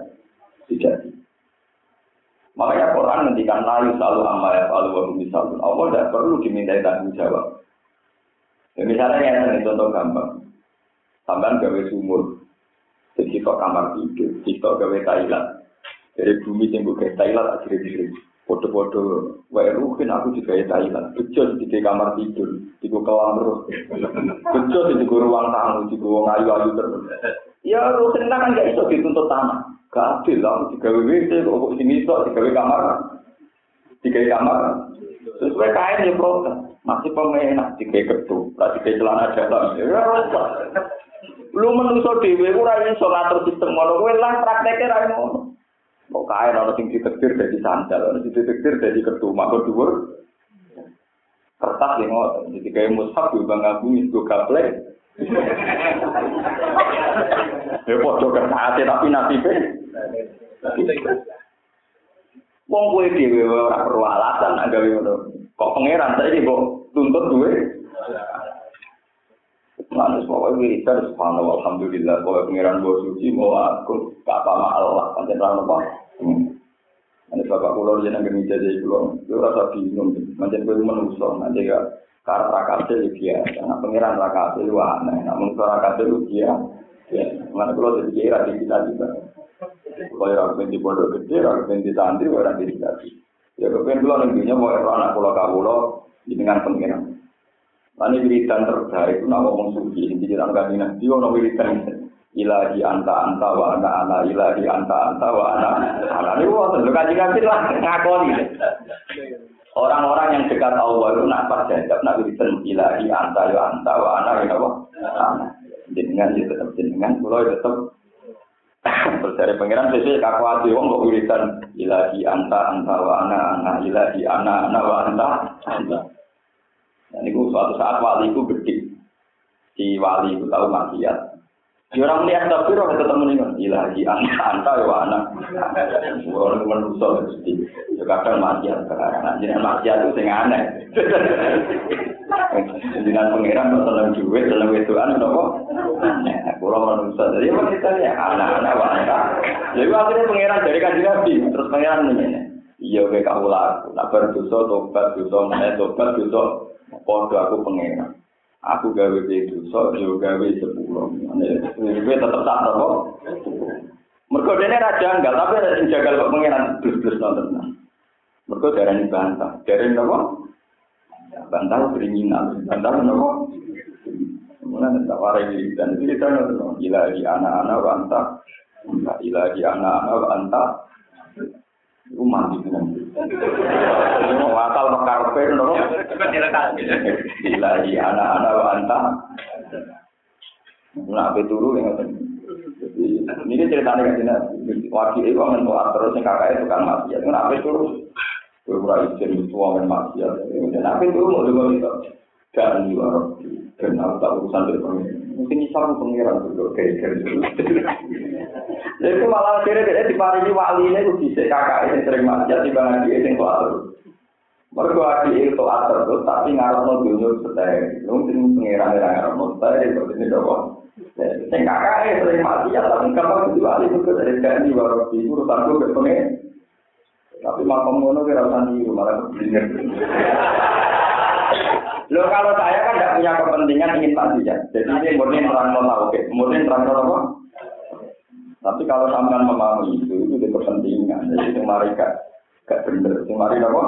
Makanya Quran ngendikan layu selalu amal ya selalu wa misalun. Allah tidak perlu dimintai tanggung jawab. Ya, misalnya yang contoh gampang. Sampai gawe sumur. Jadi kok kamar tidur, kita gawe Thailand. Dari bumi yang bukan Thailand akhirnya foto-foto rukin aku juga ya Thailand. Bejo di kamar tidur, di kolam terus. Bejo di ruang tamu, di ruang ayu-ayu terus. Ya rukin kan nggak iso dituntut tanah. Gak adil lah, digawe WC, kok sini iso digawe kamar. Sesuai kain ya protes. Masih pemenak digawe ketu, digawe celana dalam. Ya rusak. Lu menungso dhewe ora iso ngatur sistem ngono, kowe lah prakteke ra ngono. Kok kae ana sing ditektir dadi sandal, ana sing ditektir dadi ketu, mangko dhuwur. Kertas yang ngoten, jadi kayak mushaf juga ngabungin go gaplek. Ya podo kertas tapi nasibe. Wong kowe dhewe ora perlu alasan nek gawe ngono. Kok pangeran saiki kok tuntut duwe? Manus bahwa wiridan subhanallah alhamdulillah bahwa pengiran bos suci mau aku kata Allah pancen ra apa. Ane bapak kula jeneng ngene jadi kula yo rasa bingung pancen kowe menungso nanti ya karep rakate dia ana pengiran rakate luwih ana namun rakate dia ya mana kula jadi kira di kita juga. Kaya ra ben di pondok gede ra ben di santri ora di dadi. Ya kepen kula ning dunya mau anak kula kawula dengan pengiran. Ini wiridan terbaik, itu nama ngomong suci, ini dijelaskan kajian Nabi, ono wiridan ilahi anta wa ana, ilahi anta wa ana. Ini waktu itu kajian Nabi lah, ngakoni. Orang-orang yang dekat Allah itu nak jadab, nak wiridan ilahi anta wa ana, ya Allah. Jenengan, ya tetap jenengan, kalau tetap Terus dari pangeran sesuai kakuati wong kok wiridan ilahi anta wa ana ilahi ana wa anta. Dan itu suatu saat wali itu gede. Si wali itu tahu maksiat. Di orang lihat tapi orang ketemu dengan ilahi anta wa ana. Orang manusia mesti. Kadang maksiat karena jenengan maksiat itu sing aneh. Jenengan pangeran kok seneng duit, seneng wedokan napa? Kalau manusia jadi apa kita ya anak-anak wanita. Jadi akhirnya pangeran dari kanjeng Nabi terus pangeran ini. Iya kowe kawula aku, nak berdosa tobat dosa padha aku pangeran. Aku gawe dosa yo gawe 10. Kowe tetep tak apa? Mergo dene ra janggal tapi ada sing jagal kok pangeran blus-blus nonton. Mergo darani bantah. Darani apa? Bantah beringinan, bantah apa? Mulane tak warai dan cerita ngono. Ilahi anak-anak wa anta. Ilahi anak-anak wa anta. Umat iki nang. Ono akal mekarepe ngono. Ilahi anak-anak wa anta. Nah, beturu ngoten. Jadi ini ceritane kan wakil itu amen terus sing kakake tukang maksiat. Ora beturu. Ora isin tuwa men maksiat. Nek beturu mau dengo itu. Dan luar kenal tak urusan dari pengiran. Mungkin isal pengiran dulu kayak gitu. Jadi malah kira-kira di paringi wali ini aku bisa kakak ini sering maksiat di bawah dia yang keluar. Mereka adik itu atur terus tapi ngarep no dunia setai. Mungkin pengiran yang ngarep no setai seperti ini doang. Yang kakak ini sering maksiat tapi kalau di wali itu dari kami baru di urusan gue berpengen. Tapi makom ngono kira sandi malah keblinger. Loh kalau saya kan tidak punya kepentingan ingin saja. Jadi ini murni terang tahu, murni terang apa? Tapi kalau sampean memahami itu di kepentingan. Jadi kemarin gak benar. Kemarin apa?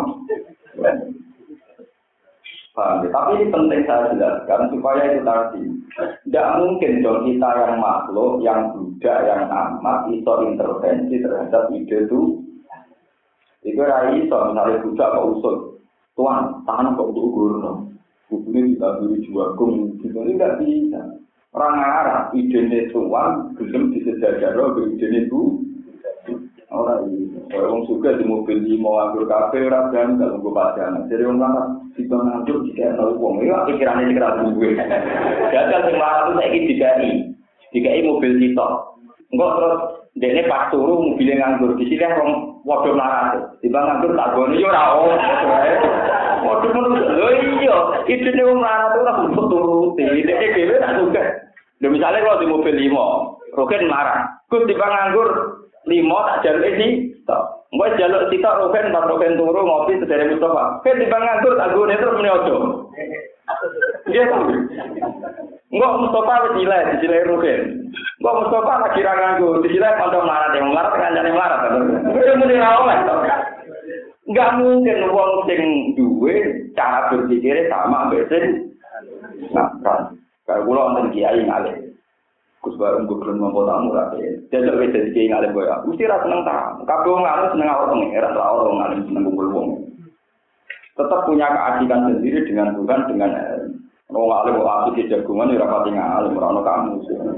Paham. Tapi ini penting saya jelaskan supaya itu tadi. Tidak mungkin dong kita yang makhluk, yang budak, yang amat itu intervensi terhadap ide itu. Itu rai so misalnya budak kok usul. Tuan, tangan kok ukur no. Hukumnya ditaburi juagung, gitu ini tidak bisa. Orang Arab, idenya tuan, gelem disejajar, idenya itu. Orang ini, orang suka di mobil di mau ambil kafe, orang dan kalau gue pajangan. Jadi orang Arab, kita ngantur jika ada uang. Ini pikirannya sekitar gue. Gagal yang marah itu saya ingin DKI mobil kita. Enggak terus, dia pas turu mobilnya nganggur. Di sini orang waduh marah. Tiba nganggur tak boleh, ya orang. Waduh menurut lo iya, itu nih orang marah tuh langsung turuti. Dia dewe tak suka. Nah, misalnya kalau di mobil 5, Rogen marah. Gus tiba nganggur 5 tak jalur ini. Mbak jalur kita Rogen pas Rogen turu ngopi sedere Mustafa. Kan tiba nganggur tak gue terus menyojo. Dia tahu. Enggak Mustafa dilai Rogen. Enggak Mustafa lagi nganggur, dilai pondok marah yang marah kancane marah. Itu muni ra oleh. Enggak mungkin wong sing duwe cara berpikirnya sama besen. Nah, kan. Kalau kula wonten kiai ngalih. Gus bareng gue belum mampu tamu ra. Jajal wis dadi kiai ngalih kowe. Mesti ra seneng ta. Kabeh wong ngalih seneng awak pengeran, ra ora wong ngalih seneng kumpul wong. Tetap punya keasikan sendiri dengan Tuhan dengan wong ngalih kok asik jagungan ora pati ngalih ora ono kamu.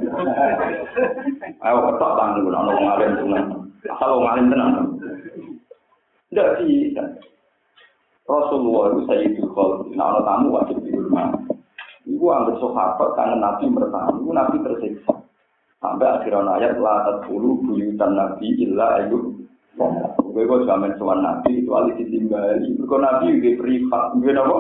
Ayo ketok tanggung ora ono wong ngalih tenan. Asal wong ngalih tenan. Tidak bisa. Rasulullah itu Sayyidul Khalq. Nah, ada tamu wajib di rumah. Ibu ambil sahabat karena Nabi bertamu, Nabi tersiksa. Sampai akhirnya ayat la tadkhulu buyutan Nabi illa ayyub. Gue kok jamin sowan Nabi itu alih ditimbali. Mergo Nabi nggih privat, nggih napa?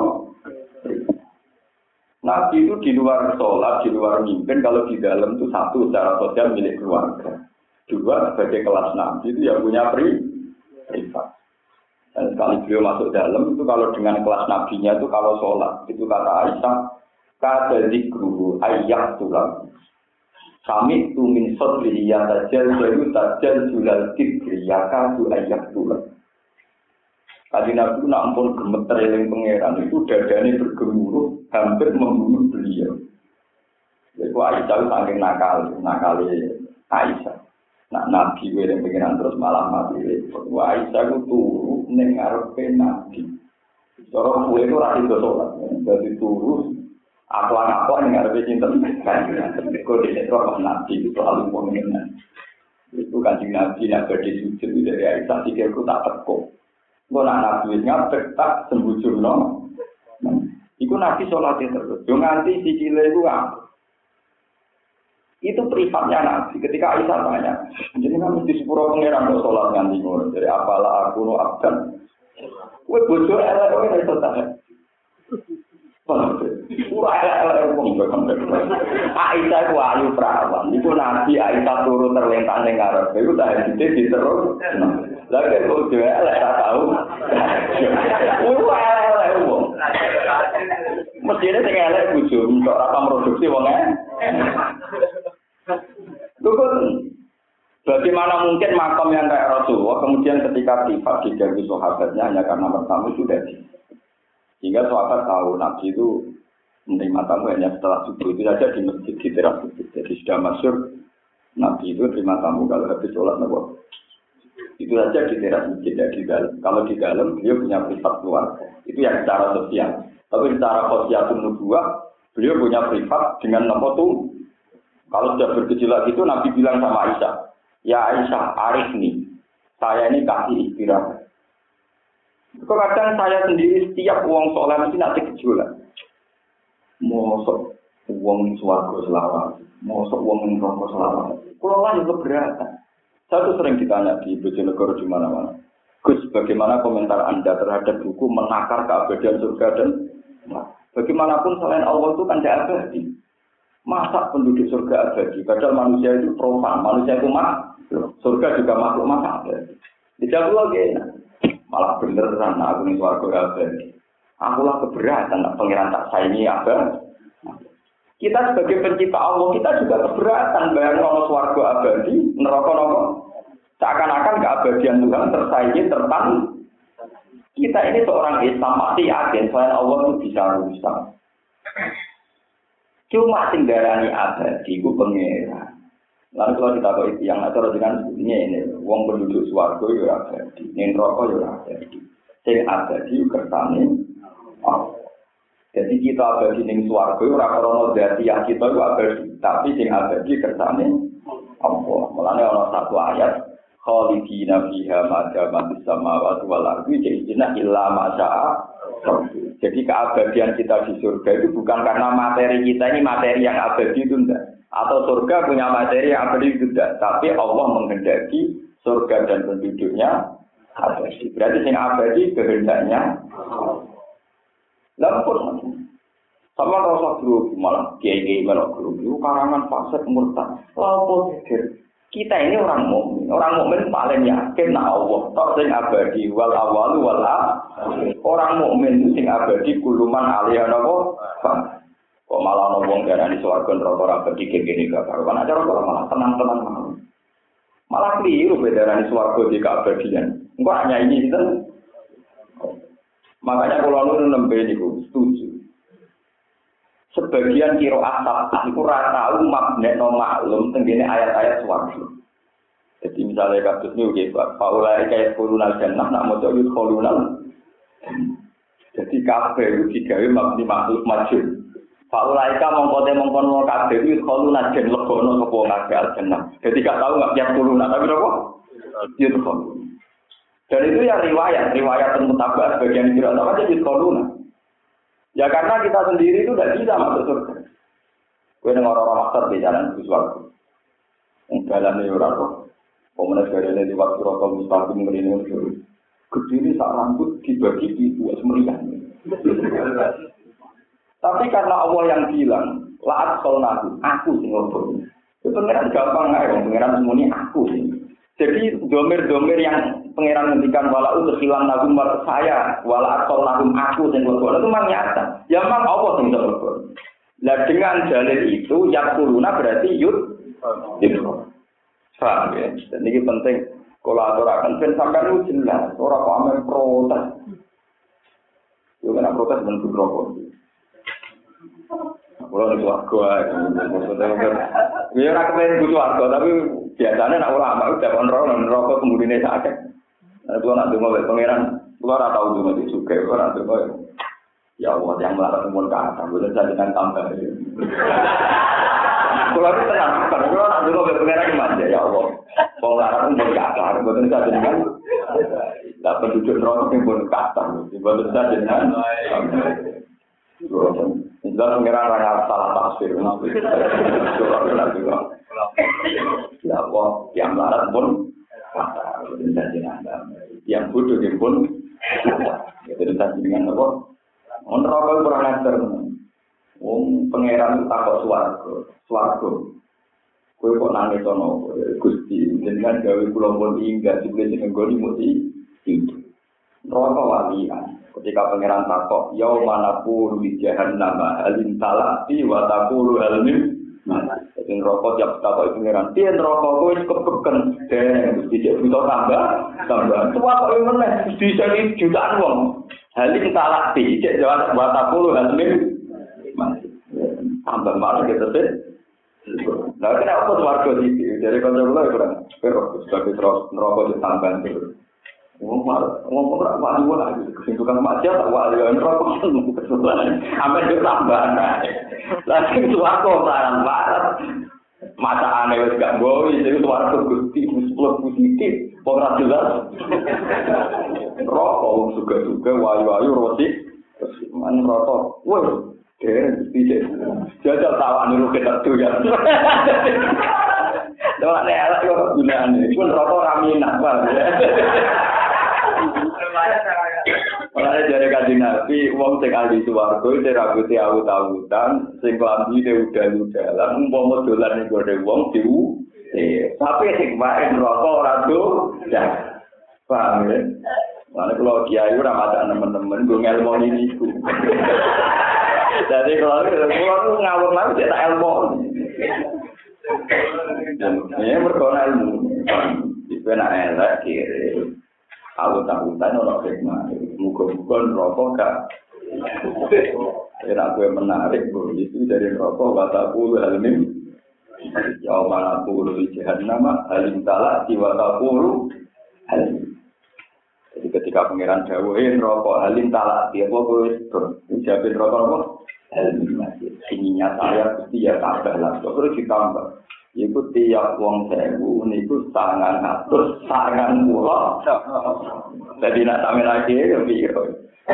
Nabi itu di luar sholat, di luar mimpin, kalau di dalam itu satu secara sosial milik keluarga. Dua sebagai kelas Nabi itu yang punya privat. Dan sekali beliau masuk dalam itu kalau dengan kelas nabinya itu kalau sholat itu kata Aisyah kata zikru ayat tulang kami itu min sodri ya tajal julal kibri ya kadu ayat tulang. Tadi Nabi nak ampun gemeter eling pangeran itu dadanya bergemuruh hampir membunuh beliau. Jadi Aisyah saking nakali Aisyah. Nah, Nabi yang pengiran terus malah mati. Wah, Aisyah itu turu ning ngarepe Nabi. Cara kuwe itu ra iso salat. Dadi turu akhlak apa ning ngarepe cinten kan. Kok dene terus Nabi itu selalu pengiran. Itu Kanjeng Nabi nak badhe sujud dari Aisyah pikirku tak teko. Engko nak Nabi nyabek tak sembujurno. Iku Nabi sholat terus. Yo nganti sikile iku itu privatnya Nabi. Ketika Aisyah tanya, jadi kan mesti sepuro pangeran kok sholat nganti ngono. Dari apalah aku nu abdan. Kowe bojo elek kowe iso tak. Elek wong kok. Aisyah ku ayu prawan. Iku Nabi Aisyah turu terlentang ning ngarep. Iku tak dite terus. Lah kok dhewe elek tak tahu. Elek wong. Mestinya sing elek bojo kok ora produksi wong bagaimana mungkin makam yang kayak Rasulullah kemudian ketika privat diganggu sahabatnya hanya karena bertamu sudah sehingga sahabat tahu Nabi itu menerima tamu hanya setelah subuh itu saja di masjid di teras masjid. Jadi sudah masyhur Nabi itu terima tamu kalau habis sholat nabi itu saja di teras masjid ya di dalam. Kalau di dalam beliau punya privat keluarga itu yang secara sosial. Tapi secara khosiyatun nubuwah beliau punya privat dengan nama tuh. Kalau sudah bergejolak itu Nabi bilang sama Aisyah, ya Aisyah, arif nih, saya ini kasih istirahat. Kadang saya sendiri setiap uang soleh mesti nanti gejolak. Mosok uang swarga selawat, mosok uang neraka selawat. Kalau lah itu keberatan. Saya tuh sering ditanya di Bojonegoro di mana-mana. Gus, bagaimana komentar Anda terhadap buku menakar keabadian surga dan bagaimanapun selain Allah itu kan tidak abadi. Masa penduduk surga abadi? Padahal manusia itu profan, manusia itu surga juga makhluk abadi. Tidak lagi, malah beneran aku ini surga abadi. Akulah keberatan, pengiran tak saingi abadi. Kita sebagai pencipta Allah, kita juga keberatan bayang orang surga abadi, neraka. Seakan-akan keabadian Tuhan tersaingi, tertang. Kita ini seorang Islam pasti yakin selain Allah itu bisa rusak. Cuma tinggalani abadi ku pangeran. Lalu kalau kita kok yang acara dengan ini wong penduduk swarga yo abadi, ning neraka yo abadi. Sing abadi kersane Allah. Jadi kita abadi ning swarga ora krana dadi kita ku abadi, tapi sing abadi kersane Allah. Mulane ana satu ayat khalidina fiha ma damat samawati wal ardi ja'alna illa ma syaa. Jadi keabadian kita di surga itu bukan karena materi kita ini materi yang abadi itu enggak. Atau surga punya materi yang abadi itu enggak. Tapi Allah menghendaki surga dan penduduknya abadi. Berarti yang abadi kehendaknya lampun. Sama rasa guru malah kiai-kiai melok guru itu karangan fasik murtad. Lampun kita ini orang mukmin paling yakin nak Allah tok sing abadi wal awalu wal akhir. Orang mukmin sing abadi kuluman aliyah napa? Kok malah ana wong darani swarga neraka abadi kene gak karo kan acara kok malah tenang-tenang malah keliru bedarani swarga di keabadian. Engko hanya ini sinten? Makanya kalau lu nembe niku setuju. Sebagian kiro asap itu rata umat nekno maklum tenggine ayat-ayat swarga. Jadi misalnya kasus ini oke, Paula kayak kolonal jannah nak mau jadi kolonal. Jadi kafe itu digawe makhluk majul. Paula ika mongkon mau kafe itu kolonal jannah lebono kepo ngagal jannah. Jadi gak tahu nggak tiap kolonal tapi apa? Itu kolonal. Dan itu ya riwayat mutabak sebagian kiro apa jadi kolonal. Ya karena kita sendiri itu tidak bisa masuk surga. Gue dengar orang master di jalan ke surga. Jalan ini orang kok. Pemenang dari di waktu rokok mustaqim mengenai surga. Kediri sak rambut dibagi di dua semeriah. Tapi karena Allah yang bilang, laat solnahu, aku sing ngobrol. Itu pengiran gampang aja, pengiran semuanya aku sih. Jadi domir-domir yang pengiran ngendikan wala utshilan nagum saya wala atol nagum aku sing ngobrol itu memang nyata. Ya memang Allah sing ngobrol. Nah dengan dalil itu yakuluna berarti yud. Paham ya? Dan ini penting kolaborasi ben sampeyan itu jelas ora kok amen protes. Yo kena protes ben rokok. Kalau di warga, maksudnya ya orang kepengen butuh warga, tapi biasanya nak ulama itu dapat rokok kemudian sakit. Kalau nak dengar pangeran, keluar atau dengar itu juga, kalau nak dengar ya Allah yang melarang umur ke atas, boleh saya dengan tambah. Kalau itu tenang, kalau nak dulu berpengaruh gimana ya Allah. Wong larang pun kasar, betul saja dengan. Lah penduduk neraka pun kasar, betul saja dengan. Sudah mengira orang salah tafsir. Ya Allah, yang larang pun kasar, betul saja dengan. Yang bodoh pun betul saja dengan apa? Neraka kurang ajar. Wong pangeran takut swarga. Kowe kok nangis ono Gusti jenengan gawe kula pun inggih dipun jenengan mesti itu. Neraka walian. Ketika pangeran takut, "Ya manapun di jahannam halin talati wa taqulu hal min." Jadi neraka tiap takut pangeran, "Piye neraka kowe kepeken den Gusti cek butuh tambah. Tuwa kok meneh bisa jutaan wong. Halin talati cek jawab wa taqulu hal min." Tambah malah kita sih. Nah, kenapa warga itu? Dari kontrol kurang. Sebagai terus neraka ditambah terus. Ngomong berapa dua lagi? Kesimpulan macam tak wali neraka kesimpulan. Ambil ditambah. Lagi warga saran barat. Mata aneh gak boy. Jadi warga gusti 10 positif. Orang jelas. Neraka juga wayu rosik. Mana neraka? Wah. Jajal tawa niru kita tuh ya. Doa nih alat kok gunaan ini. Pun rokok raminah banget. Mulai dari kaji nabi, uang sing ahli suwargo itu rambutnya awut-awutan, sing kelambi dia udah-udahan, umpama dolan nih gue wong diu. Tapi sing main rokok rado, ya paham ya. Mana kalau kiai udah ada teman-teman gue ngelmon ini. Jadi kalau itu ngawur lagi tidak ilmu. Ini berkona ilmu. Itu nak elak kiri. Awut-awutan orang hikmah. Muka-muka rokok kak. Kira gue menarik itu dari rokok wataku halmim. Ya mana puluh jahannam halim salah wataku halim. Jadi ketika pangeran dawuhin rokok halim talak dia boleh ucapin rokok halim masih ininya saya pasti ya tambah lah terus ditambah itu tiap wong sewu niku sangat pulau jadi nak sampai lagi ya biar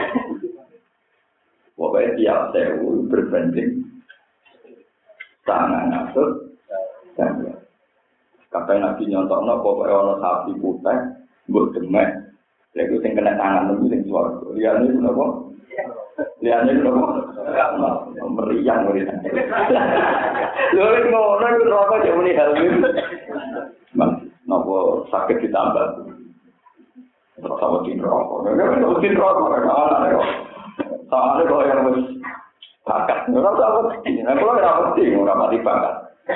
pokoknya tiap sewu berbanding sangat ngatur dan kapan nabi nyontokno pokoknya ono sapi putih mbok demek. Lagi sing kena tangan nunggu sing suara. Liane itu apa? Liane itu apa? Meriang meriang. Lalu ngono itu rokok jauh ni helmin. Mas, nopo sakit ditambah. Terus apa tin rokok? Tin rokok. Soalnya kalau yang harus bakat, nggak tahu apa sih. Nah kalau yang apa sih, nggak mati bakat.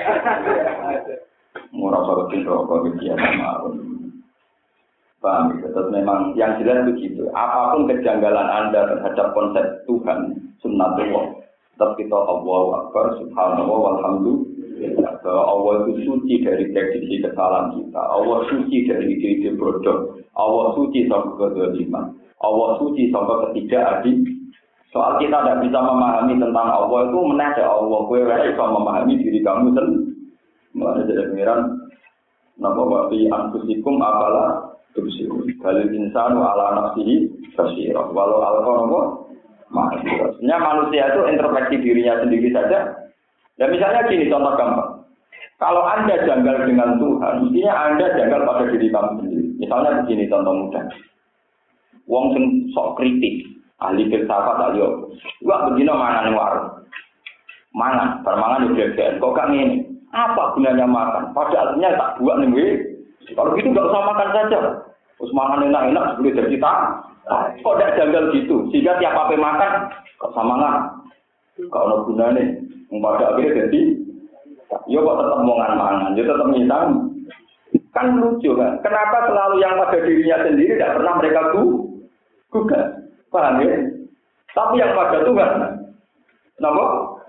Murah soal tin rokok dia sama. Paham gitu. Terus memang yang jelas begitu. Apapun kejanggalan Anda terhadap konsep Tuhan, sunnatullah, tetap kita Allahu Akbar, subhanallah, walhamdulillah. Bahwa Allah itu suci dari prediksi kesalahan kita. Allah suci dari ide-ide bodoh. Allah suci sampai kezaliman. Allah suci sampai ketidakadilan. Soal kita tidak bisa memahami tentang Allah itu menada Allah. Kue bisa memahami diri kamu sendiri. Mulai dari pengiran, nama wafi anfusikum apalah. Balil insanu ala nafsihi basirah. Walau alqono maksudnya manusia itu introspeksi dirinya sendiri saja. Dan misalnya gini contoh gampang. Kalau Anda janggal dengan Tuhan, mestinya Anda janggal pada diri kamu sendiri. Misalnya begini contoh mudah. Wong sing sok kritik, ahli filsafat tak yo. Gua begini mangan warung. Mangan, permangan udah kok kan ini. Apa gunanya makan? Pada artinya tak buat nih. Kalau gitu nggak usah makan saja. Terus makan enak-enak boleh jadi tak. Kok tidak janggal gitu? Sehingga tiap apa makan, kok sama nggak? Kalau gunanya, pada akhirnya jadi. Ya kok tetap mau mangan, ya tetap nyitang. Kan lucu kan? Kenapa selalu yang pada dirinya sendiri tidak pernah mereka gugat? Paham ya? Tapi yang pada Tuhan, kenapa?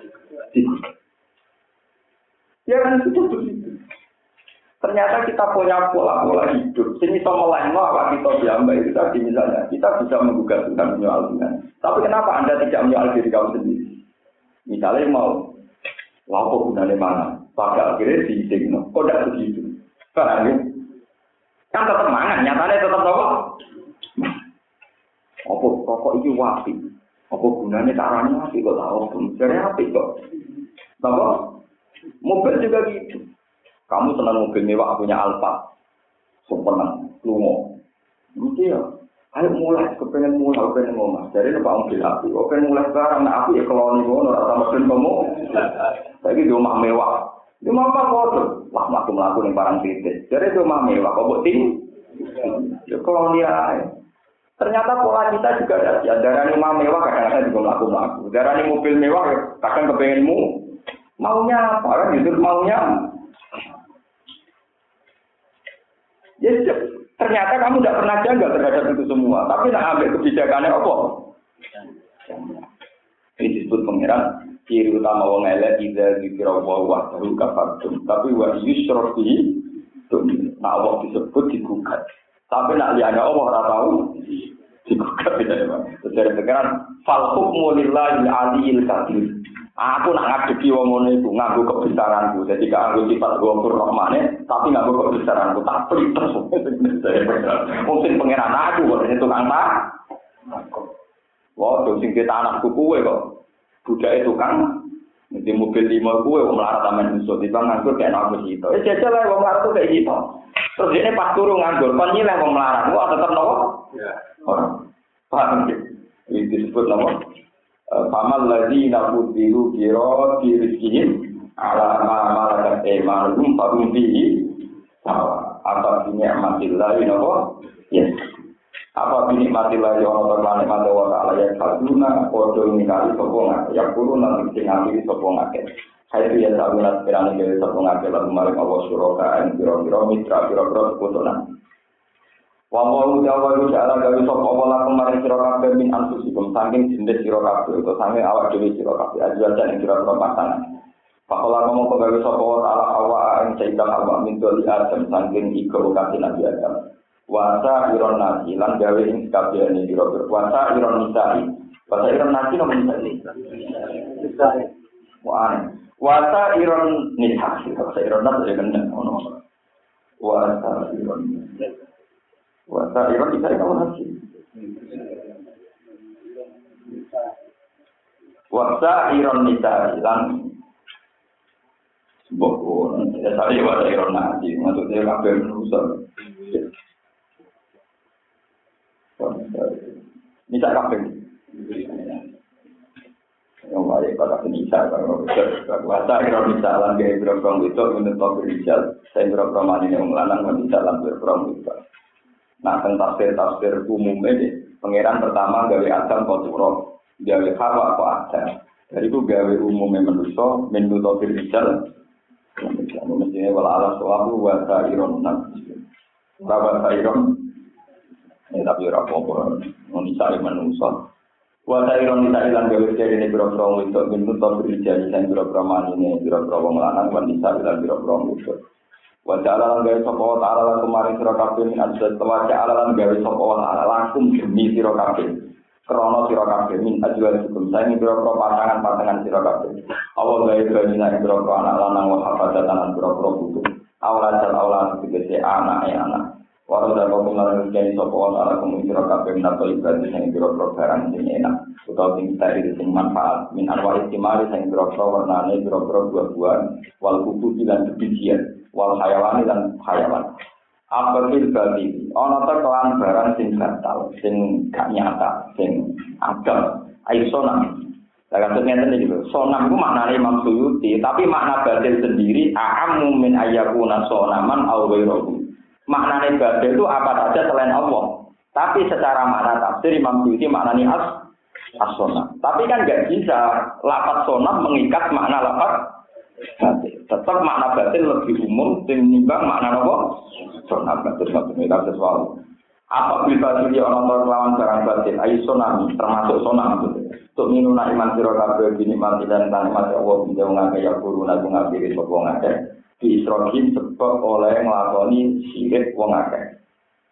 Ya kan sudah begitu. Ternyata kita punya pola-pola hidup. Sini sama lain apa kita diambil itu tadi misalnya. Kita bisa menggugat Tuhan menyoal Tuhan. Tapi kenapa Anda tidak menyoal diri kamu sendiri? Misalnya mau, lapo gunanya mana? Pada akhirnya diizin, kok tidak begitu? Paham ya? Kan tetap mangan, nyatanya tetap apa? Apa kok iki wapi? Apa gunanya caranya wapi kok tahu? Jadi api kok. Apa? Mobil juga gitu. Kamu senang mobil mewah punya Alfa. Senang, lungo. Mesti ya. Ayo mulai, kepengen ngomong. Jadi Pak mobil api. Kepengen mulai sekarang, nah api ya kalau nih ngono atau mesin kamu. Lagi di rumah mewah. Di rumah kotor. Wah, melaku nih barang titik. Jadi di rumah mewah, kok buat tim? Ya kalau dia. Ternyata pola kita juga ada. Darah rumah mewah kadang-kadang juga melaku. Darah mobil mewah kadang kepengenmu. Maunya apa? Kan justru maunya. Yes, ternyata kamu tidak pernah jaga terhadap itu semua. Tapi nak ambil kebijakannya apa? Ini disebut pengiran. Ciri utama wong elek tidak dikira bahwa baru kafatum. Tapi wa yusrofi itu. Nah Allah disebut digugat. Tapi nak lihatnya Allah ora tahu digugat tidak ya. Dari pengiran fal hukmu lillahi aliyil kadir. Aku nak ngadepi wong ngono iku nganggo kebesaranku. Jadi gak nganggo sifat ghafur rahmane, tapi nganggo kebesaranku. Tak plites. Mungkin pangeran aku kok itu tukang tak. Wah, sing kita anakku kuwe kok. Budake tukang di mobil 5 kuwe kok melarat taman usul di bang nganggur kayak aku situ. Jajal lah wong melarat kayak gitu. Terus ini pas turu nganggur, kon nyileh wong melarat. Wah, tetep nopo? Iya. Ora. Paham iki. Iki disebut nopo? Pamal lagi nakut biru kiro kiriskin ala malakat emanum parumpi sama apa bini amatilah ini apa? Yes. Apa bini amatilah yang orang berlaku pada wakala yang kaluna kodo ini kali sopong yang kurun nanti tinggal di sopong aja. Hai dia tahu nak berani dari sopong aja lalu malam awal suroka yang kiro mitra kiro keputusan. Wawahu jawaru ja'ala gawi sapa wala kemarin sira kabeh min anfusikum saking jenis sira kabeh utawa saking awak dhewe sira kabeh ajwajan ing sira pasangan. Pakola ngomong kok gawe sapa wa ta'ala awak ing seitan awak min doli adam saking iku kabeh nabi adam. Wasa iron nasi lan gawe ing kabehane sira berpuasa iron nisai. Wasa iron nasi nopo nisai. Wasa iron nisai. Wasa iron nasi kan ono. Wasa iron wasa iron bisa kamu hasil. Wasa iron bisa hilang. Sebuah saya wasa iron nasi maksudnya kabel rusak. Bisa kabel. Yang baik pada penisa kalau wasa iron bisa lan gaya berperang itu menentukan berijal. Saya berperang ini mengelanang bisa lan berperang itu. Nah, tentang tafsir umumnya deh, pangeran pertama gawe Adam koturo, gawe Hawa kok Adam. Dari itu gawe umumnya manusia, menutup rijal. Mestinya wala alam soalu wasa iron nanti. Wasa iron, tapi rapor menisari manusia. Wasa iron bisa hilang gawe dari ini berapa itu menutup rijal, saya berapa ini berapa melanang, wanita hilang berapa itu. Wajah alalan gawe sapa wa ta'ala kemarin sira kabeh min ajal wajah alalan gawe sapa wa ta'ala langsung demi sira kabeh krana sira kabeh min ajal hukum saiki pira-pira pasangan sira kabeh awal gawe dina pira-pira anak lanang wa hafadzatan lan pira-pira putu awal tegese anak walau dapat mengalami jadi sapa wa ta'ala kemarin sira kabeh min atau ibadah sing pira-pira barang sing enak utawa sing tari sing manfaat min anwar istimari sing pira-pira warnane pira-pira buah-buahan wal kutu lan bijian wal hayawani dan hayawan. Apa fil bali? Ana ta kelan barang sing batal, sing gak nyata, sing agam. Ai sonam. Lah katanya ngene iki lho. Sonam ku maknane Imam Suyuti, tapi makna batil sendiri a'ammu min ayyakuna sonaman aw ghairuhu. Maknane batil itu apa saja selain Allah. Tapi secara makna tafsir Imam Suyuti maknanya as-sonam. Tapi kan enggak bisa lafaz sonam mengikat makna lafaz batil. Tetap makna batil lebih umum timbang makna apa? Sonam batil maksudnya sesuatu. Apa bila dia orang lawan barang batil? Ayo sonam termasuk sonam itu. Untuk minuna iman sira kabeh dinikmati dan nikmat Allah benda ngake ya guru nabi ngabiri sapa ngake. Di Israil sebab oleh nglakoni syirik wong akeh.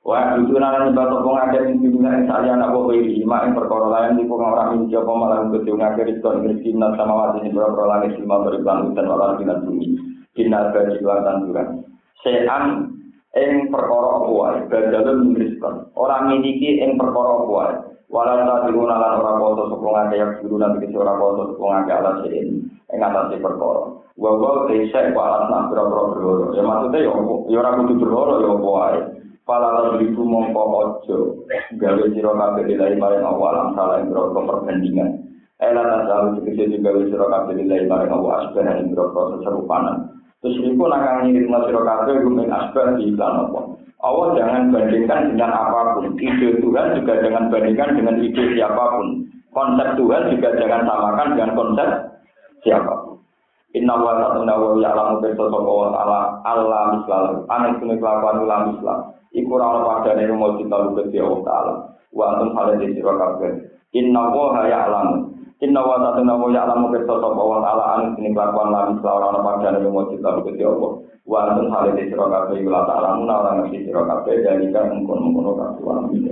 Wah, itu nana nyebab topong ada yang dunia saya anak bohong ini, mak yang perkara lain di pung orang ini siapa malah betul ngakir itu miskin sama wajib ini berapa langit lima beriban dan walau tidak bumi, final gaji dan turan. Sean yang perkara kuai, berjalan miskin. Orang miliki yang perkara kuai, walau tak digunakan orang kotor topong ada yang digunakan nanti orang kotor topong ada alat ini, yang alat si perkara. Walau desa kualat nak berapa. Ya maksudnya yo orang itu berapa yo kuai. Pala beribu mongko ojo gawe sira kabeh dilai maring awalam salah ing perbandingan. Ela tasalu segede juga sira kabeh dilai maring awal asbah ing proses serupanan. Terus iku nakang ngirim sira kabeh gumen asbah di iklan apa. Allah jangan bandingkan dengan apapun. Ide Tuhan juga jangan bandingkan dengan ide siapapun. Konsep Tuhan juga jangan samakan dengan konsep siapapun. Inna wa ta'ala wa ya'lamu bi Allah mislah. Anak sune kelakuan ulah mislah. Iku ora padane rumo kita luwih Allah taala. Wa antum hale di sira kabeh. Inna wa ya'lamu. Inna wa ta'ala wa ya'lamu bi Allah taala anak sune kelakuan ulah mislah ora padane rumo kita luwih Allah. Wa antum hale di sira kabeh ula ta'ala mun ora ngerti sira kabeh dalika mungkon-mungkon kabeh.